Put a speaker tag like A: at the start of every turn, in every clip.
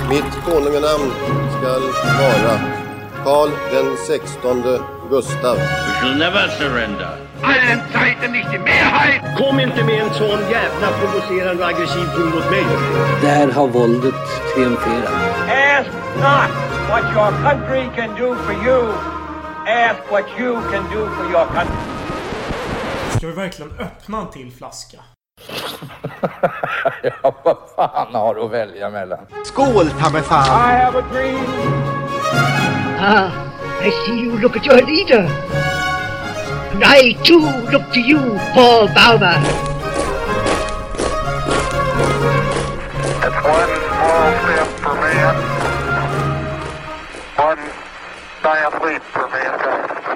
A: Mitt konunganamn skall vara Karl den 16 Gustav.
B: We shall never surrender.
C: Allen Zeiten nicht die Mehrheit!
D: Kom inte med en sån jävla provocerande och aggressiv ton mot mig.
E: Där har våldet triumferat.
F: Ask not what your country can do for you. Ask what you can do for your country.
G: Ska vi verkligen öppna en till flaska?
H: Ja, vad fan har du att välja mellan?
C: Skål, ta mig fan!
F: I have a dream.
D: Ah, I see you look at your leader. And I too look to you, Paul Bauma.
I: It's one small step for man. One giant leap for mankind.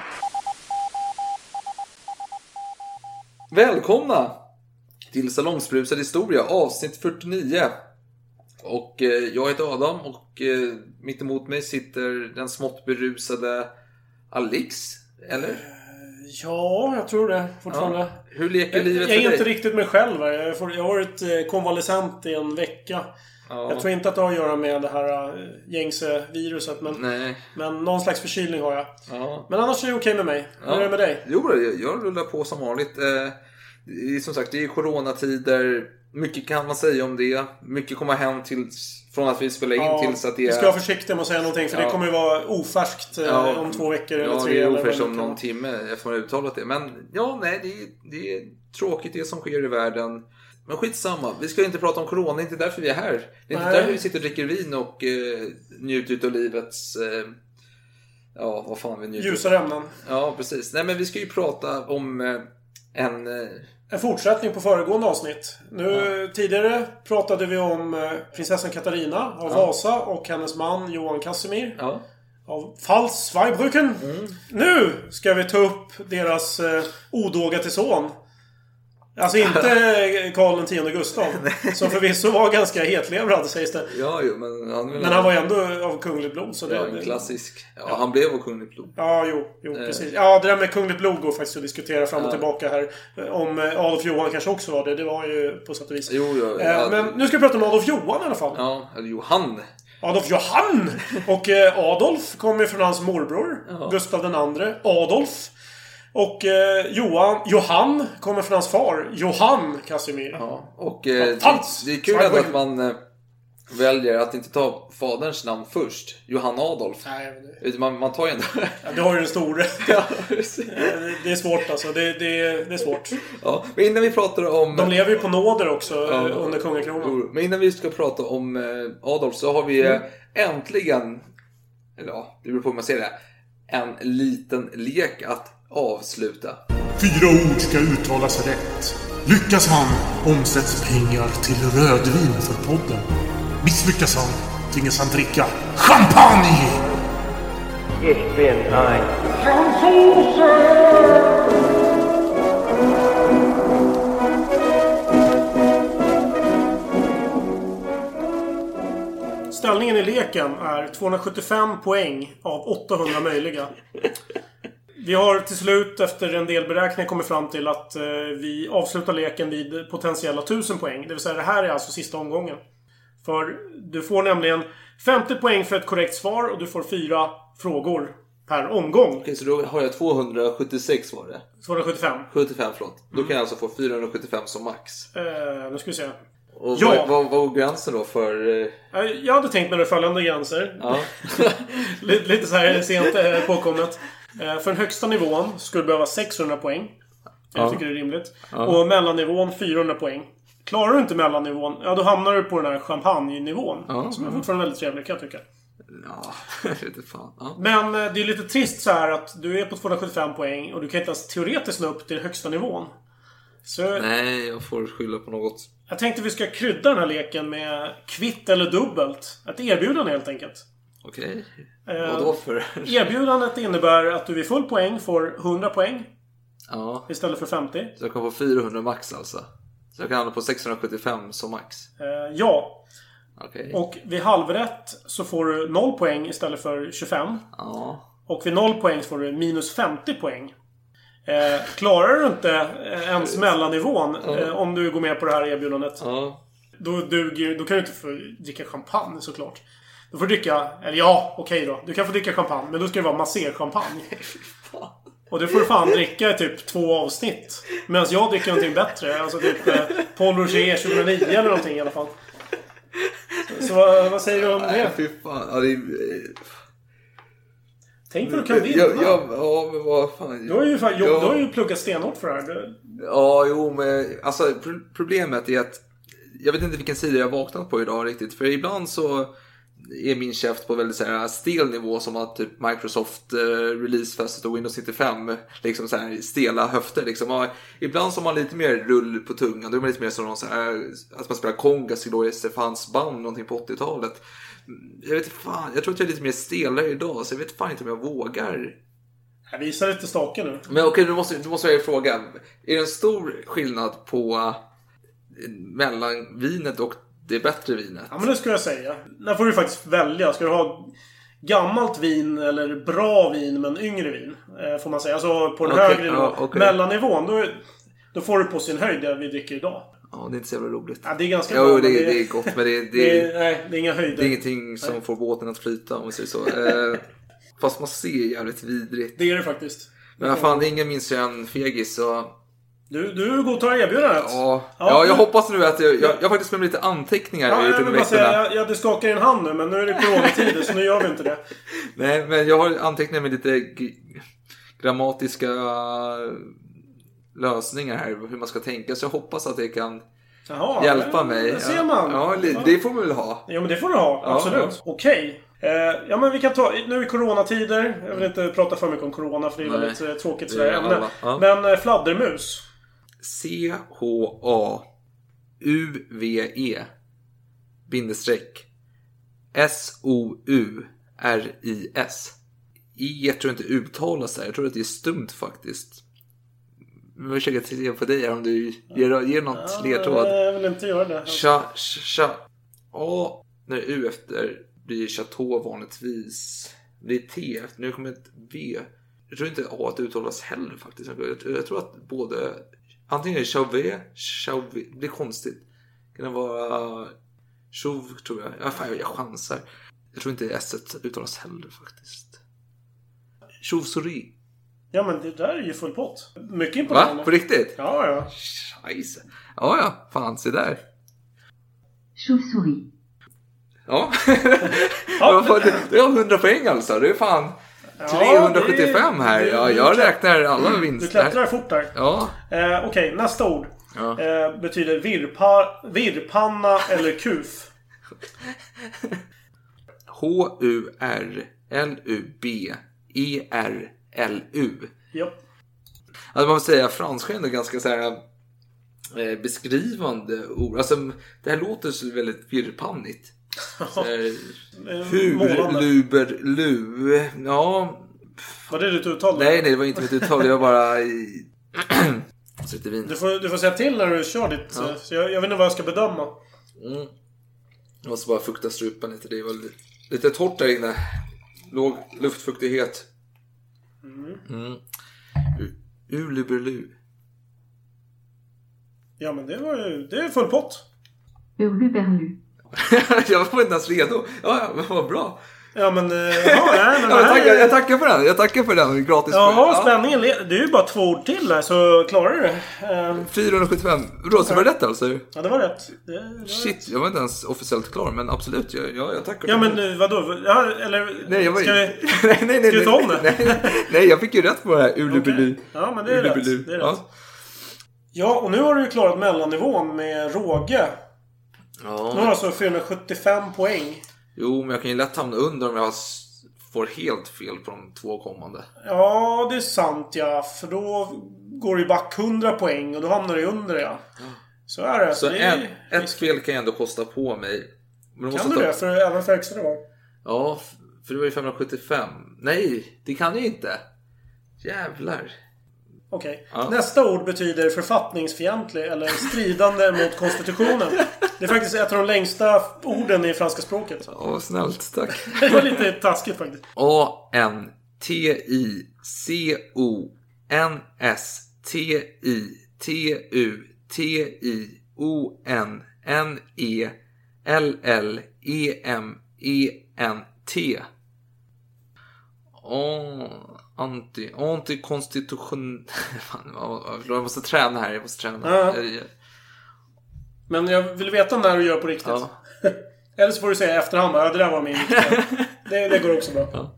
J: Välkomna till Salongsbrusad historia, avsnitt 49. Och jag heter Adam och mitt emot mig sitter den smått berusade Alex, eller?
G: Ja, jag tror det fortfarande.
J: Ja. Hur leker livet för dig?
G: Jag är inte riktigt mig själv. Jag har varit konvalescent i en vecka. Ja. Jag tror inte att det har att göra med det här gängse viruset. Men någon slags förkylning har jag. Ja. Men annars är det okej med mig. Hur är det med dig?
J: Jo, jag rullar på som vanligt. Som sagt, det är coronatider. Mycket kan man säga om det. Mycket kommer hem från att vi spelar in tills att det är...
G: Vi ska vara försiktiga med att säga någonting. För det kommer ju vara ofärskt om 2 veckor eller 3.
J: Ja, det är ofärskt om någon timme efter man har uttalat det. Men det är tråkigt det som sker i världen. Men skitsamma, vi ska inte prata om corona. Det är inte därför vi är här. Det är inte därför vi sitter och dricker vin och njuter av livets... vad fan vi njuter.
G: Ljusare ämnen.
J: Ja, precis. Nej, men vi ska ju prata om
G: en fortsättning på föregående avsnitt. Tidigare pratade vi om prinsessan Katarina av Vasa och hennes man Johan Casimir av Pfalz-Zweibrücken. Nu ska vi ta upp deras odågade son. Alltså inte Karl den 10 Gustav. Som förvisso var ganska hetlevrad, sägs det.
J: Ja, men
G: han var ju ändå av kungligt blod. Så det
J: en klassisk. Ja, han blev av kungligt blod.
G: Ja, jo, precis. Ja, det där med kungligt blod går faktiskt att diskutera fram och tillbaka här. Om Adolf Johan kanske också var det. Det var ju på sätt och vis. Men nu ska vi prata om Adolf Johan i alla fall.
J: Ja, eller Johan.
G: Adolf Johan! Och Adolf kommer från hans morbror. Gustav den andre. Adolf. Och Johan kommer från hans far Johan Casimir.
J: Ja, och det är kul att man väljer att inte ta faderns namn först, Johan Adolf. Nej, man tar ju ändå...
G: Ja, det har ju den stora. Det är svårt alltså, det är svårt.
J: Ja, men innan vi pratar om...
G: De lever ju på nåder också under kungakronan.
J: Men innan vi ska prata om Adolf så har vi äntligen, eller det beror på hur man ser det, en liten lek att avsluta.
K: 4 ord ska uttalas rätt. Lyckas han, omsätts pengar till rödvin för podden. Misslyckas han, tvingas han dricka champagne!
F: Ich bin ein
G: Ställningen i leken är 275 poäng av 800 möjliga. Vi har till slut efter en del beräkningar kommit fram till att vi avslutar leken vid potentiella 1000 poäng. Det vill säga det här är alltså sista omgången. För du får nämligen 50 poäng för ett korrekt svar och du får 4 frågor per omgång.
J: Okej, så då har jag 276 var det.
G: 275.
J: 75, förlåt. Då kan jag alltså få 475 som max.
G: Nu ska vi se.
J: Och vad var gränsen då för...
G: Jag hade tänkt med det följande gränser. Ja. lite så här sent påkommet. För den högsta nivån skulle du behöva 600 poäng. Jag tycker det är rimligt. Och mellannivån 400 poäng. Klarar du inte mellannivån, då hamnar du på den här champagne-nivån. Som är fortfarande väldigt trevlig, kan jag tycka.
J: Ja, lite fan. Ja.
G: Men det är lite trist så här att du är på 275 poäng och du kan inte ens teoretiskt nå upp till högsta nivån. Så
J: nej, jag får skylla på något.
G: Jag tänkte vi ska krydda den här leken med kvitt eller dubbelt. Ett erbjudande helt enkelt.
J: Okej. Vadå för?
G: Erbjudandet innebär att du vid full poäng får 100 poäng.
J: Ja.
G: Istället för 50.
J: Så jag kan få 400 max alltså. Så jag kan hamna på 675 som max.
G: Ja.
J: Okay.
G: Och vid halvrätt så får du 0 poäng istället för 25.
J: Ja.
G: Och vid 0 poäng så får du minus 50 poäng. Klarar du inte ens mellannivån om du går med på det här erbjudandet, då kan du inte få dricka champagne såklart. Då får du dricka... Eller ja, okej då. Du kan få dricka champagne. Men då ska det vara masserchampagne. Och det får du fan dricka i typ 2 avsnitt. Medan jag dricker någonting bättre. Alltså typ Paul Roger 2009 eller någonting i alla fall. Så vad säger du om det?
J: Fy fan. Ja, det är...
G: Tänk vad du kan vinna.
J: Ja, men vad fan.
G: Du har ju pluggat stenhårt för det här.
J: Ja, jo, men alltså problemet är att jag vet inte vilken sida jag har vaknat på idag riktigt. För ibland så är min käft på väldigt så här stel nivå, som att typ Microsoft releasefest och Windows 95 liksom så här stela höfter liksom. Och ibland så har man lite mer rull på tungan. Då är man lite mer som någon så här, att man spelar Kongas i Gloria Estefans band någonting på 80-talet. Jag vet fan, jag tror att jag är lite mer stelare idag, så jag vet fan inte om jag vågar.
G: Jag visar lite staken nu.
J: Men okej, du måste jag fråga. Är det en stor skillnad på mellan vinet och det bättre vinet?
G: Ja, men det skulle jag säga. Där får du faktiskt välja. Ska du ha gammalt vin eller bra vin men yngre vin? Får man säga. Alltså på den högre nivån. Mellannivån, då får du på sin höjd det vi dricker idag.
J: Ja, det är inte så jävla roligt.
G: Ja, det är ganska
J: bra.
G: Det
J: är gott, men det
G: är inga höjder.
J: Det är ingenting som får båten att flyta, om vi säger så. Fast man ser jävligt vidrigt.
G: Det är det faktiskt.
J: Men fan, ingen minns ju en fegis, så...
G: Du godtar erbjudandet.
J: Ja, jag hoppas nu att jag faktiskt med lite anteckningar.
G: Du skakar i en hand nu, men nu är det coronatider, så nu gör vi inte det.
J: Nej, men jag har anteckningar med lite grammatiska lösningar här, hur man ska tänka. Så jag hoppas att det kan hjälpa mig.
G: Det ser man.
J: Ja, det får man väl ha.
G: Ja, men det får du ha, absolut. Okej. Ja, men vi kan ta... Nu är coronatider. Jag vill inte prata för mycket om corona, för det är väldigt tråkigt sådär ämne. Men fladdermus.
J: CHAUVE bindestreck SOURIS. Jag tror inte uttalas där. Jag tror att det är stumt faktiskt. Jag försöker se på dig här om du ger något ledtråd.
G: Jag vill inte göra det.
J: När U efter blir chateau vanligtvis. Det är T. Nu kommer ett V. Jag tror inte att det uttalas heller faktiskt. Jag tror att både... Antingen är det chauvet. Det blir konstigt. Kan det vara... Chauve, tror jag. Jag chansar. Jag tror inte S uttalas heller faktiskt. Chauve-souris.
G: Ja, men det där är ju full pott. Mycket imponerande.
J: Va? På riktigt?
G: Ja.
J: Scheisse. Ja. Fan, se där.
L: Chauve-souris.
J: Ja. Det är 100 poäng alltså. Det är fan 375 här. Jag räknar alla vinster.
G: Du klättrar fort där.
J: Ja.
G: Okej, nästa ord. Betyder virrpanna eller kuf.
J: HURLUBERLU.
G: Ja.
J: Alltså man får säga franska är ändå ganska så här beskrivande ord. Alltså det här låter så väldigt virrpannigt. Hurluberlu. Ja.
G: Var det ditt uttal?
J: Nej, det var inte mitt uttal. Jag bara
G: Du får säga till när du kör ditt. Så jag vet inte vad jag ska bedöma.
J: Jag måste bara fukta strupen lite. Det var lite torrt där inne. Låg luftfuktighet. Hurluberlu.
G: Ja, men det är full pott.
L: Hurluberlu.
J: Jag var inte ens redo. Ja, men vad bra.
G: Ja, men...
J: jag tackar för den. Gratis.
G: Ja, spänningen. Det är ju bara 2 ord till där, så klarar du det.
J: 475. Så var det rätt alltså?
G: Ja, det var rätt.
J: Shit, jag var inte ens officiellt klar, men absolut. Jag tackar.
G: Ja, men vadå? Ja, eller...
J: Nej,
G: nej. Ska vi ta om det?
J: Nej, jag fick ju rätt på det här. Ulubelu.
G: Ja, men det är rätt. Ja, och nu har du ju klarat mellannivån med råge.
J: Ja.
G: Nu har du alltså 475 poäng.
J: Jo, men jag kan ju lätt hamna under om jag får helt fel på de 2 kommande.
G: Ja, det är sant, ja. För då går du back 100 poäng och då hamnar du under, ja. Så är det.
J: Så ett fel kan jag ändå kosta på mig.
G: Men kan du det? Även för extra var?
J: Ja, för det var ju 575. Nej, det kan jag inte. Jävlar.
G: Okej. Nästa ord betyder författningsfientlig eller stridande mot konstitutionen. Det är faktiskt ett av de längsta orden i franska språket.
J: Snällt, tack.
G: Det var lite taskigt faktiskt.
J: ANTICONSTITUTIONNELLEME E-N-T. Antikonstitution... Jag måste träna här.
G: Men jag vill veta när du gör på riktigt. Ja. Eller så får du säga efterhand. Ja, det där var min det går också bra. Ja.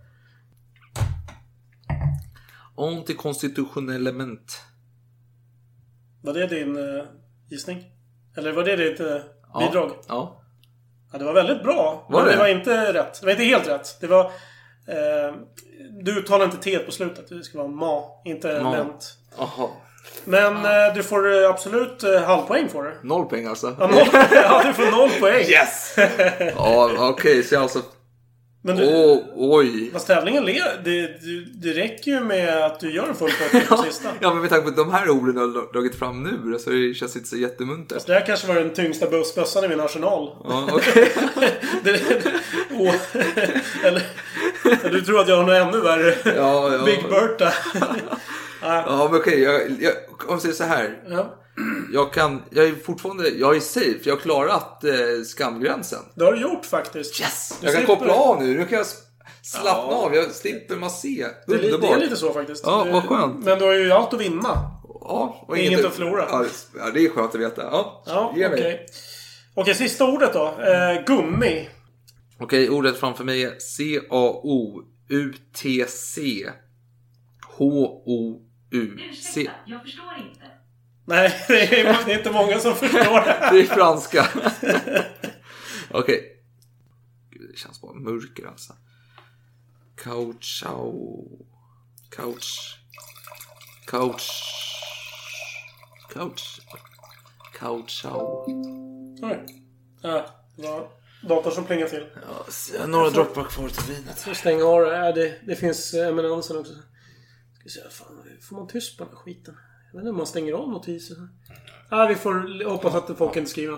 J: Antikonstitutionellement.
G: Var det din gissning? Eller var det ditt bidrag?
J: Ja.
G: Ja, det var väldigt bra. Men det var inte rätt. Det var inte helt rätt. Det var... du uttalar inte T på slutet. Det ska vara inte ment.
J: Jaha.
G: Men du får absolut halvpoäng för det.
J: 0 poäng alltså.
G: Ja, du får 0 poäng.
J: Yes! Ja, okej. Så alltså...
G: Men
J: oj.
G: Fast tävlingen det räcker ju med att du gör en full poäng på sista.
J: Ja, men med tanke på att de här orden har dragit fram nu så det känns inte så jättemuntert.
G: Fast det här kanske var den tyngsta bössan i min arsenal.
J: Ja, okej.
G: Eller du tror att jag har något ännu värre.
J: Ja.
G: Big Bertha.
J: Ja, men okej. Jag om säger så här.
G: Ja.
J: Jag är safe. Jag har klarat skamgränsen.
G: Det har du gjort faktiskt.
J: Yes! Jag kan koppla av nu. Nu kan jag slappna av. Jag slipper massé. Underbart.
G: Det är lite så faktiskt.
J: Ja, vad skönt.
G: Men du har ju allt att vinna.
J: Ja, och
G: inget att förlora.
J: Ja, det är skönt att veta. Ja,
G: okej, sista ordet då. Gummi.
J: Okej, ordet framför mig är C-A-O-U-T-C H-O-U-C.
L: Jag förstår inte.
G: Nej, det är inte många som förstår det.
J: Det är franska. Okej. Gud, det känns bara mörker alltså. Couch.
G: Oj. Ja, det var dator som plingar till.
J: Ja, några droppar kvar till vinet.
G: Så stäng av det. Det finns eminensen också. Ska säga, fan, får man tyst på den här skiten? Jag vet inte om man stänger av notiser. Vi får hoppas att folk inte skriver.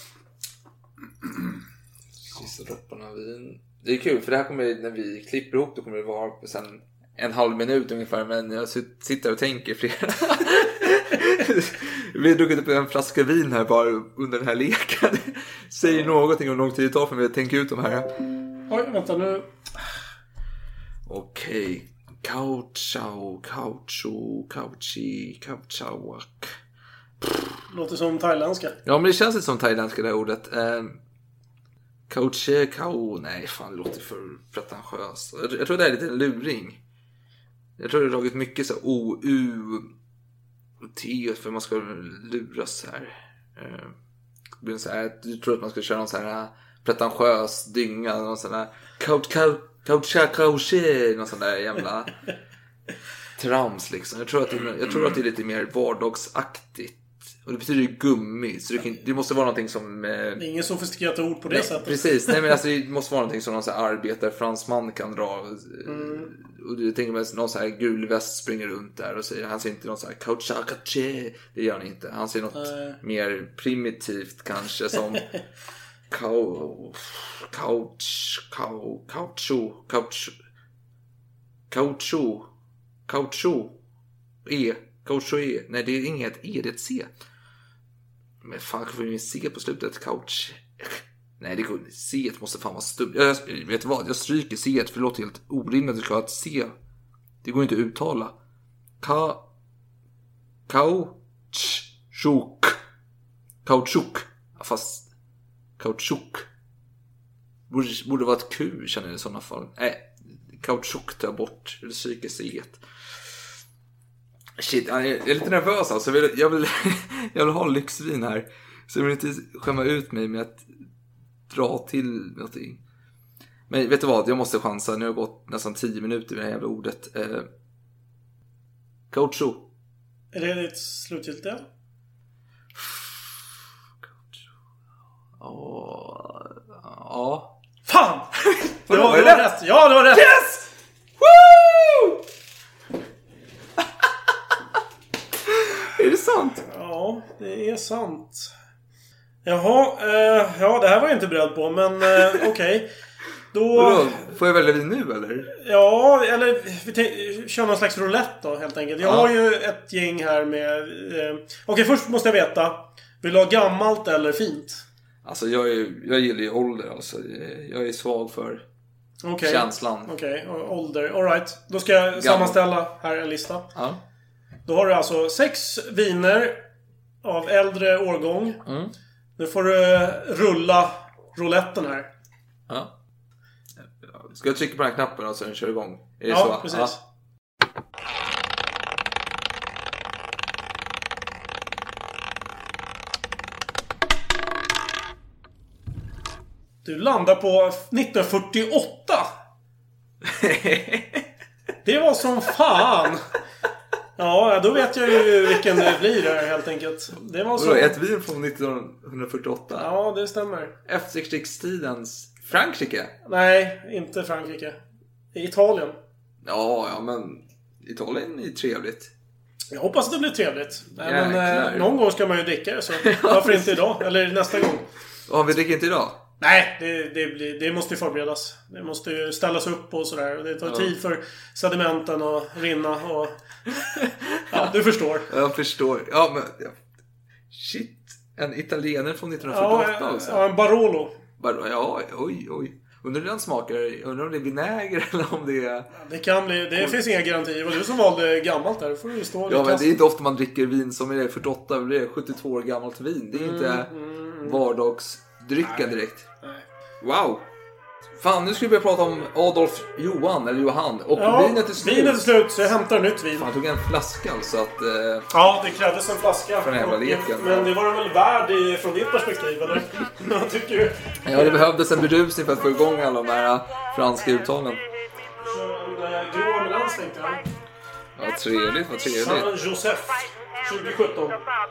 J: Sista dropparna av vin. Det är kul för det här kommer när vi klipper ihop, då kommer det vara sen 1,5 minut ungefär, men jag sitter och tänker flera. Vi har druckit upp en flaska vin här bara under den här leken. Säger någonting om hur lång tid det tar för mig att tänka ut de här.
G: Oj, vänta nu.
J: Okej.
G: Låter som thailändska.
J: Ja, men det känns inte som thailändska det här ordet. Nej, fan, det låter för pretentiöst. Jag tror det är lite en luring. Jag tror det har dragit mycket så O-U och T för man ska luras här. Så här. Du tror att man ska köra någon sån här pretentiös dynga, någon sån här couch, någon sån där jävla trams liksom. Jag tror att det är lite mer vardagsaktigt. Och det betyder ju gummi. Så det måste vara någonting som... Det
G: är ingen sofistikerat ord på det sättet.
J: Precis. Nej, men alltså, det måste vara någonting som någon så här arbetarfransman kan dra. Och du tänker mig någon så här gul väst springer runt där och säger... Han säger inte någon så här couch. Det gör han inte. Han säger något mer primitivt kanske som... Couch. Nej, det är inget E, det är ett C. Men fan, får vi C på slutet? Couch. Nej, det går. C måste fan vara stumt. Vet du vad? Jag stryker C, för det låter helt orimligt att klart C. Det går inte att uttala. Kautschuk. Fast kautschuk borde vara ett Q, känner jag i sådana fall. Nej, kautschuk tar bort. Eller stryker C. Shit, jag är lite nervös alltså. Jag vill ha lyxvin här. Så jag vill inte skämma ut mig med att dra till någonting. Men vet du vad? Jag måste chansa. Nu har jag gått nästan 10 minuter med det här jävla ordet. Kautschuk.
G: Är det ditt slutgiltiga?
J: Ja.
G: Fan! Det var rätt. Ja, det var rätt.
J: Yes! Woo! Är det sant?
G: Ja, det är sant. Jaha, ja, det här var jag inte beredd på, men okej. Då...
J: Får jag välja det nu, eller?
G: Ja, eller vi kör någon slags roulette då, helt enkelt. Jag har ju ett gäng här med... Okej, först måste jag veta. Vill du ha gammalt eller fint?
J: Alltså jag gillar ju ålder. Alltså. Jag är svag för känslan.
G: Okej, ålder. All right. Då ska jag sammanställa här en lista.
J: Ja.
G: Då har du alltså 6 viner av äldre årgång. Nu får du rulla rouletten här.
J: Ja. Ska jag trycka på den här knappen och så den kör igång? Är det
G: så?
J: Precis.
G: Ja. Du landar på 1948. Det var som fan. Ja, då vet jag ju vilken det blir där helt enkelt. Det var så.
J: Ett vin från 1948.
G: Ja, det stämmer.
J: Efterkrigstidens Frankrike?
G: Nej, inte Frankrike. Italien.
J: Ja, men Italien är trevligt.
G: Jag hoppas att det blir trevligt. Men någon gång ska man ju dricka det, så varför inte idag? Eller nästa gång.
J: Ja, vi dricker inte idag?
G: Nej, det måste ju förberedas. Det måste ju ställas upp och sådär. Det tar tid för sedimenten att rinna och... Ja, du förstår.
J: Jag förstår. Ja, men... Shit. En italienare från 1948 alltså.
G: Ja, en Barolo.
J: Ja, oj. Undrar hur den smakar. Undrar om det är vinäger eller om det är...
G: Det kan bli... Det finns inga garantier. Det var du som valde gammalt där. Får du stå
J: men det är inte ofta man dricker vin som är 48. Det är 72 år gammalt vin. Det är inte vardagsdrycken direkt.
G: Nej.
J: Wow. Fan, nu ska vi börja prata om Adolf Johan. Och vinet är slut.
G: Vinet är slut, så jag hämtar nytt vin.
J: Fan, jag tog en flaska så att...
G: Ja, det krävdes en flaska.
J: För den jävla leken.
G: Men det var den väl värd från ditt perspektiv, eller? Vad tycker du?
J: Ja, det behövdes en berusning för att få igång alla de här franska uttalen.
G: Du var med dans, tänkte jag.
J: Ja, trevligt, vad trevligt.
G: Saint Joseph, 2017.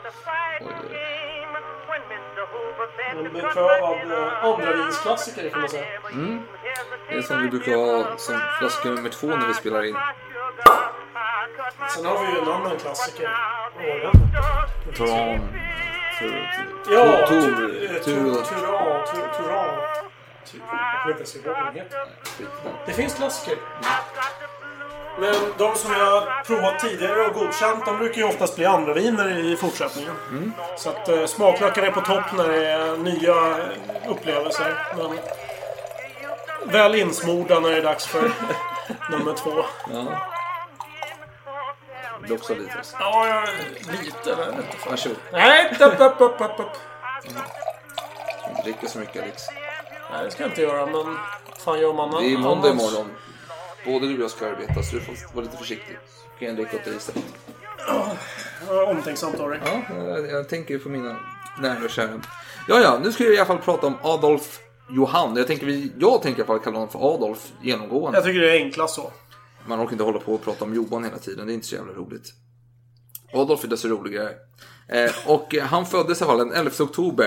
G: En beprövad andravinsklassiker, kan man säga.
J: Det är som vi brukar ha som flaska nummer 2 när vi spelar in.
G: Sen har vi ju en annan klassiker.
J: Turan.
G: Ja, det finns klassiker. Men de som jag har provat tidigare och godkänt, de brukar ju oftast bli andra viner i fortsättningen. Så att smaklökarna är på topp när det är nya upplevelser. Men väl insmorda när det är dags för nummer 2.
J: Ja. Det också lite.
G: Ja, lite.
J: Varsågod.
G: Nej, upp.
J: Jag dricker så mycket, Alex.
G: Nej, det ska jag inte göra, men fan gör man.
J: Det är måndag imorgon. Både du och jag ska arbeta, så du får vara lite försiktig. Kan jag dricka åt dig istället?
G: Ja, omtänksamt av dig.
J: Ja, jag tänker på mina nära och kära. Ja, nu ska jag i alla fall prata om Adolf Johan. Jag tänker i alla fall kalla honom för Adolf genomgående.
G: Jag tycker det är enklast så.
J: Man orkar inte hålla på och prata om Johan hela tiden. Det är inte så jävla roligt. Adolf är desto roligare. Och han föddes i alla fall den 11 oktober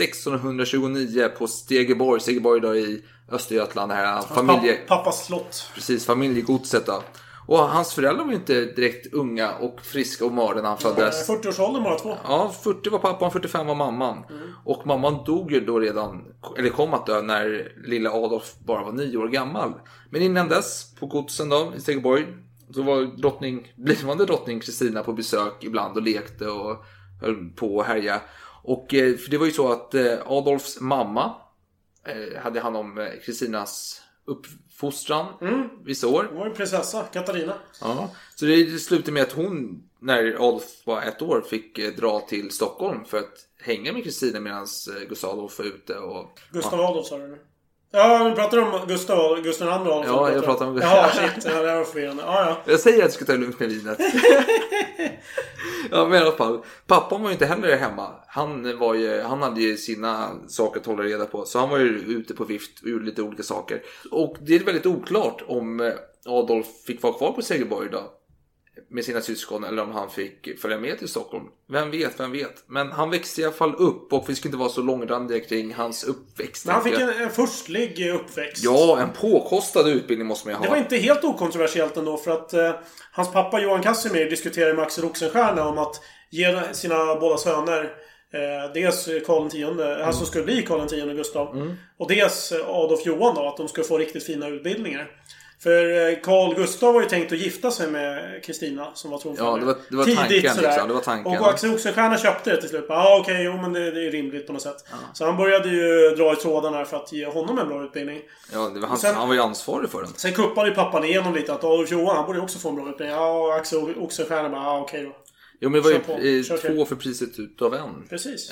J: 1629 på Stegeborg. Stegeborg då i Östergötland. Här
G: pappas slott.
J: Precis, familjegodset då. Och hans föräldrar var ju inte direkt unga och friska och mörda när han föddes.
G: 40-årsåldern bara 2.
J: Ja, 40 var pappan, 45 var mamman. Och mamman dog ju då redan, eller kom att dö när lilla Adolf bara var 9 år gammal. Men innan dess, på godsen då, i Stegeborg, så var blivande drottning Kristina på besök ibland och lekte och höll på att härja. Och för det var ju så att Adolfs mamma hade hand om Kristinas uppfostran vissa år.
G: Hon var en prinsessa, Katarina.
J: Ja, så det slutade med att hon, när Adolf var 1 år, fick dra till Stockholm för att hänga med Kristina medan Gustav Adolf var ute.
G: Gustav Adolf sa du nu? Ja, vi pratar om Gustav II Adolf.
J: Ja, jag pratar om
G: Gustav. Ja, shit. Det var förvirrande. Ja.
J: Jag säger att jag ska ta lugnt med vinet. Ja, men i alla fall. Pappan var ju inte heller hemma. Han hade ju sina saker att hålla reda på. Så han var ju ute på vift och gjorde lite olika saker. Och det är väldigt oklart om Adolf fick vara kvar på Stegeborg då med sina syskon, eller om han fick följa med till Stockholm. Vem vet. Men han växte i alla fall upp, och vi ska inte vara så långrandiga kring hans uppväxt.
G: Men han fick en förstlig uppväxt.
J: Ja, en påkostad utbildning måste man ju ha.
G: Det var inte helt okontroversiellt ändå, för att hans pappa Johan Casimir diskuterade med Axel Oxenstierna om att ge sina båda söner dels Karl X, han som skulle bli Karl X Gustav, och dels Adolf Johan då, att de skulle få riktigt fina utbildningar. För Carl Gustav var ju tänkt att gifta sig med Kristina som var tronföljare.
J: Ja, det var tidigt, tanken liksom. Det var tanken.
G: Och Axel Oxenstierna köpte det till slut. Ja, okej, jo men det är rimligt på något sätt. Ja. Så han började ju dra i trådarna för att ge honom en bra utbildning.
J: Ja, det var han var ju ansvarig för den.
G: Sen kuppade ju pappan igenom lite att Adolf Johan, han borde ju också få en bra utbildning. Ja, och Axel Oxenstierna bara, ja okej då.
J: Jo, men det var ju 2 för priset utav en.
G: Precis.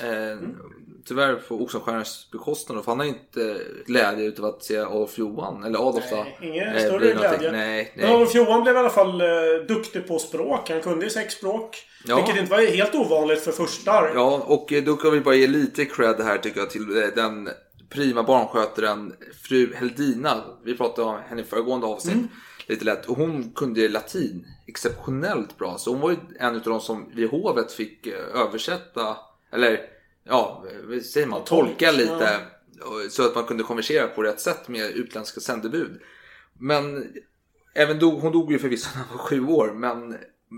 J: Tyvärr på Oxenstiernas bekostnad. För han har inte glädje utav att se Adolf Johan. Eller Adolf då.
G: Nej, ingen större glädje.
J: Nej.
G: Men Adolf Johan blev i alla fall duktig på språk. Han kunde ju 6 språk. Ja. Vilket inte var helt ovanligt för förstar.
J: Ja, och då kan vi bara ge lite cred här tycker jag till den prima barnskötaren fru Heldina. Vi pratade om henne i föregående avsnitt. Lite lätt. Och hon kunde latin exceptionellt bra. Så hon var ju en av de som vid hovet fick översätta. Eller, ja, säger man, tolka lite. Ja. Så att man kunde konversera på rätt sätt med utländska sändebud. Men även hon dog ju förvisso när han var 7 år. Men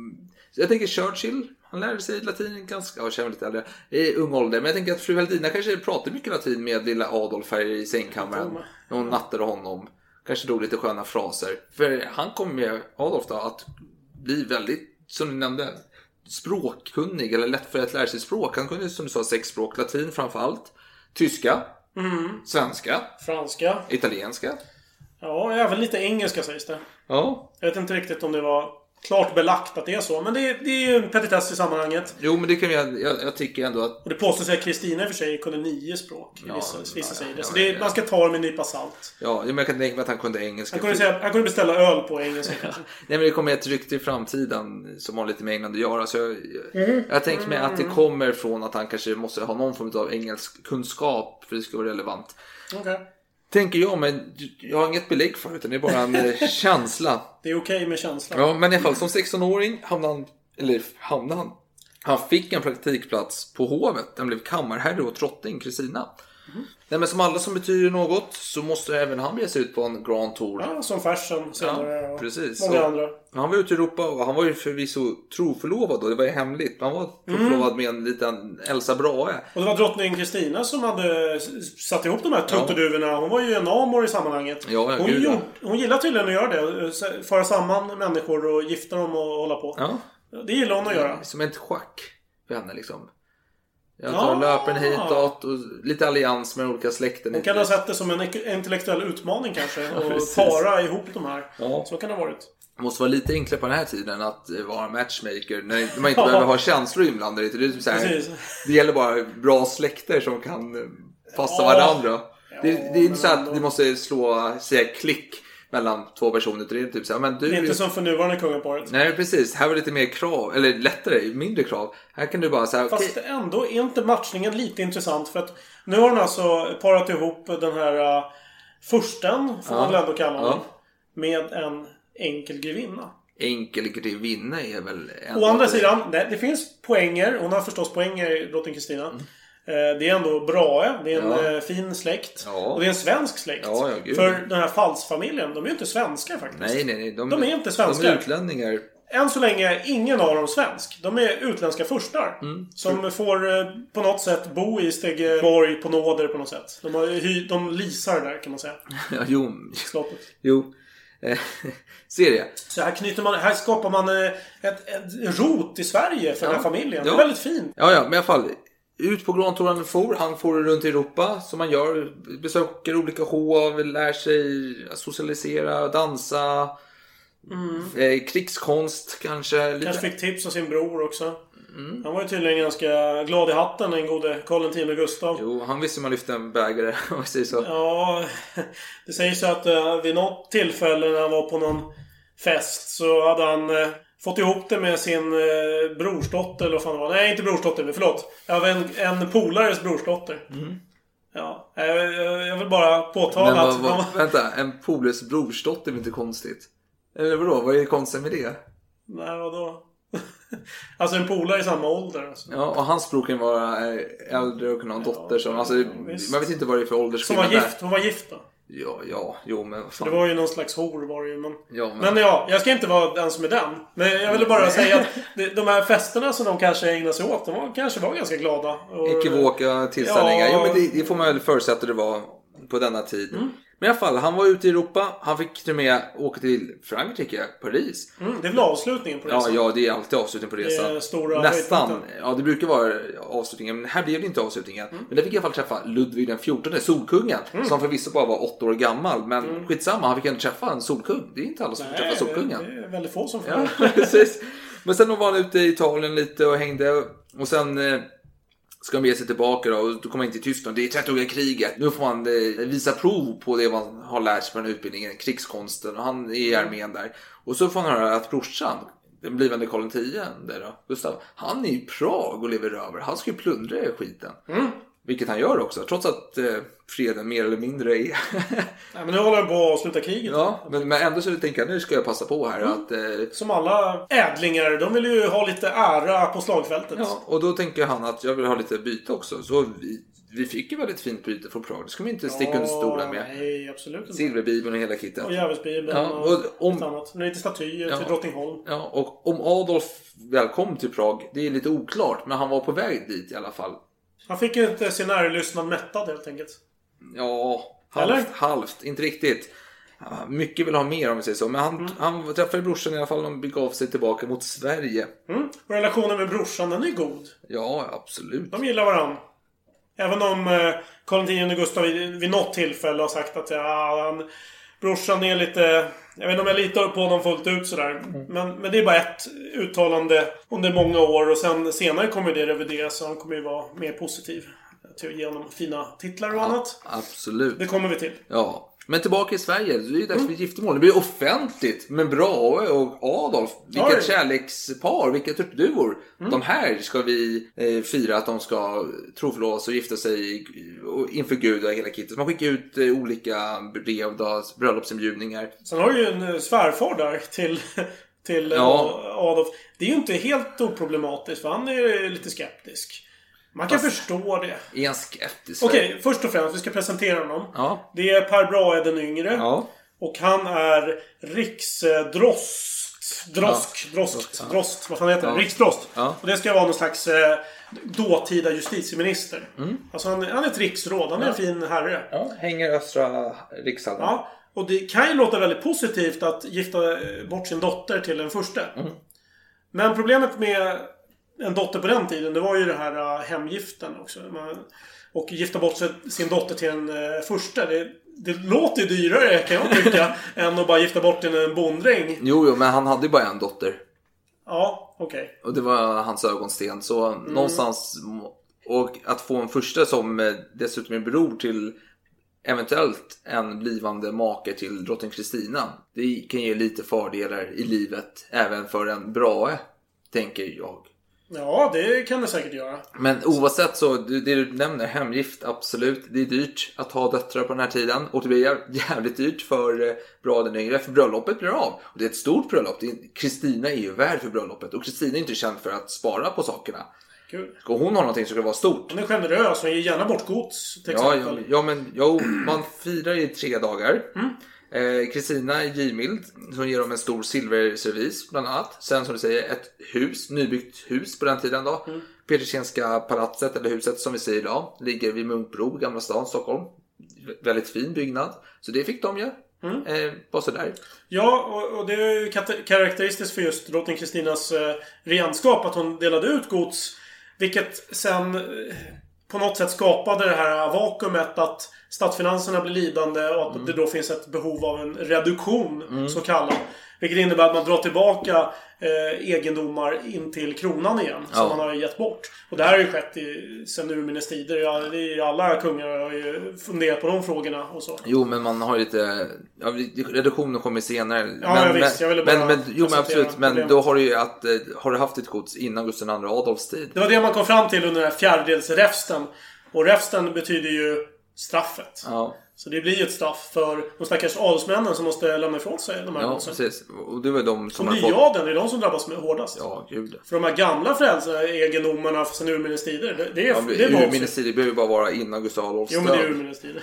J: jag tänker Churchill. Han lärde sig latin ganska, jag känner lite äldre, i ung ålder. Men jag tänker att fru Heldina kanske pratade mycket latin med lilla Adolf här i sängkammaren. När hon nattade honom. Kanske drog lite sköna fraser. För han kom med Adolf då att bli väldigt, som du nämnde, språkkunnig. Eller lätt för att lära sig språk. Han kunde som du sa 6 språk. Latin framförallt. Tyska. Svenska.
G: Franska.
J: Italienska.
G: Ja, även lite engelska sägs det.
J: Ja.
G: Jag vet inte riktigt om det var klart belagt att det är så. Men det är ju en petitess i sammanhanget.
J: Jo, men det kan jag tycker ändå att...
G: Och det påstås att Kristina i och för sig kunde 9 språk. Vissa säger det. Så man ska ta dem med en nypa salt.
J: Ja, men jag kan tänka mig att han kunde engelska.
G: Han kunde beställa öl på engelska kanske.
J: Nej, men det kommer ett rykte i framtiden som har lite med England att göra. Så jag tänker mig att det kommer från att han kanske måste ha någon form av engelsk kunskap för det ska vara relevant.
G: Okej.
J: Tänker jag, men jag har inget belägg för det är bara en känsla.
G: Det är okej med känsla.
J: Ja, men i alla fall som 16-åring han fick en praktikplats på hovet. Den blev kammarherre och drottning Kristina. Nej, men som alla som betyder något så måste även han bege sig ut på en Grand Tour.
G: Ja, som Fersen senare och
J: precis.
G: Många andra.
J: Han var ute i Europa och han var ju förvisso troförlovad och det var ju hemligt. Han var troförlovad med en liten Elsa Brahe. Och
G: det var drottning Kristina som hade satt ihop de här tutteduvorna. Hon var ju en amor i sammanhanget. Hon gillar tydligen att göra det. Föra samman människor och gifta dem och hålla på.
J: Ja.
G: Det gillar hon att göra.
J: Som ett schack för henne liksom. Jag tar löpen hitåt och lite allians med olika släkten.
G: Hon kan ha sett det som en intellektuell utmaning kanske. Och para ihop de här. Ja. Så kan det ha varit.
J: Det måste vara lite enklare på den här tiden att vara matchmaker. När man inte behöver ha känslor inblandade. Det är typ så här, det gäller bara bra släkter som kan passa varandra. Det är inte så att det måste säga klick mellan 2 personer. Det är typ så här, men du...
G: Det är inte som för nuvarande kungaparet.
J: Nej, precis. Här var det lite mer krav. Eller lättare, mindre krav. Här kan du bara säga...
G: Fast ändå är inte matchningen lite intressant. För att nu har den alltså parat ihop den här fursten, får man väl ändå kalla den, med en enkel grevinna.
J: Enkel grevinna är väl...
G: Å andra sidan, det finns poänger. Hon har förstås poänger, drottning Kristina. Det är ändå bra, det är en fin släkt. Och det är en svensk släkt. För den här falsfamiljen, de är ju inte svenska faktiskt.
J: Nej.
G: De är inte svenska.
J: De är utlänningar.
G: Än så länge är ingen av dem svensk. De är utländska furstar. Som får på något sätt bo i Stegeborg på nåder på något sätt. De lisar där kan man säga.
J: Ja,
G: Slottet.
J: Jo. Serie.
G: Så här skapar man ett rot i Sverige för den här familjen. Det är väldigt fint.
J: Ja, men i alla fall... Ut på Grand Tour han får runt i Europa som man gör, besöker olika hov, lär sig socialisera, dansa, krigskonst kanske.
G: Kanske fick tips av sin bror också. Han var ju tydligen ganska glad i hatten, den gode Karl X Gustav.
J: Jo, han visste man lyfte en bägare, om man säger så.
G: Ja, det sägs så att vid något tillfälle när han var på någon fest så hade han... fått ihop det med sin brorsdotter eller vad fan det var. Nej, inte brorsdotter, men förlåt. Jag var en polares brorsdotter. Ja, jag vill bara påtala att...
J: Vänta, en polares brorsdotter är inte konstigt. Eller vadå? Vad är det konstigt med det?
G: Nej, vadå? Alltså en polare i samma ålder. Alltså.
J: Ja, och hans bror kan vara äldre och kunna ha en dotter som... Alltså, man vet inte vad det är för åldersskillnad.
G: Hon var gift då?
J: Jo, men...
G: Så det var ju någon slags hor var det ju, men jag ska inte vara den som är den. Men jag ville bara säga att de här festerna som de kanske ägnar sig åt, de kanske var ganska glada.
J: Ekivoka tillställningar. Jo, men det får man väl förutsätta det var på denna tid. Men i alla fall, han var ute i Europa. Han fick till med åka till Frankrike, Paris.
G: Det är väl avslutningen på resan?
J: Ja, det är alltid avslutningen på resan.
G: Det är stora
J: nästan. Ja, det brukar vara avslutningen. Men här blev det inte avslutningen. Men där fick jag i alla fall träffa Ludvig den 14, Solkungen. Som förvisso bara var 8 år gammal. Men skitsamma, han fick ändå träffa en solkung. Det är inte alla som får träffa Solkungen.
G: Det är väldigt få som får.
J: Ja, precis. Men sen var han ute i Italien lite och hängde. Och sen ska han bege sig tillbaka då, och då kommer han in till Tyskland. Det är 30-åriga kriget. Nu får man visa prov på det man har lärt sig på den utbildningen, krigskonsten. Och han är i armén där. Och så får han höra att brorsan, den blivande Karl X där då, Gustav, han är i Prag och lever över. Han ska ju plundra skiten. Vilket han gör också, trots att freden mer eller mindre är...
G: Ja, men nu håller han på att sluta kriget.
J: Ja, men ändå så tänker jag, nu ska jag passa på här att...
G: Som alla ädlingar, de vill ju ha lite ära på slagfältet.
J: Ja, och då tänker han att jag vill ha lite byte också. Så vi fick ju väldigt fint byte från Prag. Det ska vi inte sticka under stolen med.
G: Nej, absolut inte.
J: Silverbibeln och hela kittet.
G: Och Djävulsbibeln och lite annat. Men det är lite statyer till Drottningholm.
J: Ja, och om Adolf väl kom till Prag, det är lite oklart. Men han var på väg dit i alla fall.
G: Han fick ju inte sin närlyssnad mättad helt enkelt.
J: Ja, halvt. Inte riktigt. Mycket vill ha mer om vi säger så. Men han träffade brorsan i alla fall. De begav sig tillbaka mot Sverige.
G: Och relationen med brorsan, den är god.
J: Ja, absolut.
G: De gillar varandra. Även om Karl X Gustav vid något tillfälle har sagt att brorsan är lite... Jag vet inte om jag litar på honom fullt ut sådär. Men det är bara ett uttalande under många år. Och sen senare kommer det revideras. Så han kommer ju vara mer positiv. Till att ge honom fina titlar och annat.
J: Absolut.
G: Det kommer vi till.
J: Ja. Men tillbaka i Sverige, det är ju dags för giftermål. Det blir offentligt med Brahe och Adolf. Vilket kärlekspar, vilka turtduvor. De här ska vi fira att de ska troförlovas och gifta sig inför Gud och hela kittet. Man skickar ut olika brev, bröllopsinbjudningar.
G: Sen har du ju en svärfar där till Adolf. Det är ju inte helt oproblematiskt, för han är lite skeptisk. Man kan förstå det.
J: Är han skeptisk?
G: Okej, först och främst, vi ska presentera honom.
J: Ja.
G: Det är Per Brahe den yngre.
J: Ja.
G: Och han är riksdrost. Vad fan heter det? Riksdrost.
J: Ja.
G: Och det ska vara någon slags dåtida justitieminister. Alltså han är ett riksråd. Han är en fin herre.
J: Ja, hänger östra rikshallen.
G: Ja, och det kan ju låta väldigt positivt att gifta bort sin dotter till den första. Men problemet med en dotter på den tiden, det var ju det här hemgiften också. Och gifta bort sin dotter till den första. Det låter ju dyrare, kan jag tycka, än att bara gifta bort en bonddräng.
J: Jo, men han hade ju bara en dotter.
G: Ja, okej.
J: Och det var hans ögonsten. Så någonstans... Och att få en första som dessutom är bror till eventuellt en blivande make till drottning Kristina. Det kan ge lite fördelar i livet. Även för en Brahe, tänker jag.
G: Ja, det kan det säkert göra.
J: Men oavsett så, det du nämner, hemgift, absolut. Det är dyrt att ha döttrar på den här tiden. Och det blir jävligt dyrt för Brahe den yngre. För bröllopet blir av. Och det är ett stort bröllop. Kristina är ju värd för bröllopet. Och Kristina är inte känd för att spara på sakerna.
G: Kul.
J: Ska hon ha någonting så ska det vara stort.
G: Hon är generös, hon ger gärna bort gods till exempel.
J: Man firar i 3 dagar. Kristina är givmild. Hon ger dem en stor silverservis bland annat. Sen som du säger, ett hus, nybyggt hus på den tiden då. Petersenska palatset, eller huset som vi säger idag, ligger vid Munkbro, Gamla stan, Stockholm. Väldigt fin byggnad. Så det fick de ju. Bara sådär.
G: Ja, och det är ju karaktäristiskt för just drottning Kristinas renskap att hon delade ut gods. Vilket sen på något sätt skapade det här vakuumet att statsfinanserna blir lidande och att det då finns ett behov av en reduktion, så kallad. Vilket innebär att man drar tillbaka egendomar in till kronan igen, som man har gett bort. Och det här har ju skett sen urminnes tider. Ja, det är ju alla kungar har ju funderat på de frågorna och så.
J: Jo, men man har ju lite... Ja, reduktionen kommer senare.
G: Ja, visst. Jag ville bara
J: men absolut. Men då har du ju har du haft ett gods innan Gustav II Adolfs tid.
G: Det var det man kom fram till under den här fjärdedelsräfsten. Och räfsten betyder ju straffet.
J: Ja.
G: Så det blir ju ett straff för de stackars adelsmännen som måste lämna ifrån sig de här godsen.
J: Precis. Och det var de som
G: och nyadeln är de som drabbas med hårdast.
J: Ja, gud.
G: För de här gamla frälseegendomarna från urminnes tider, det är
J: urminnes tider behöver ju bara vara innan Gustav Adolfs död.
G: Jo, men det är urminnes tider.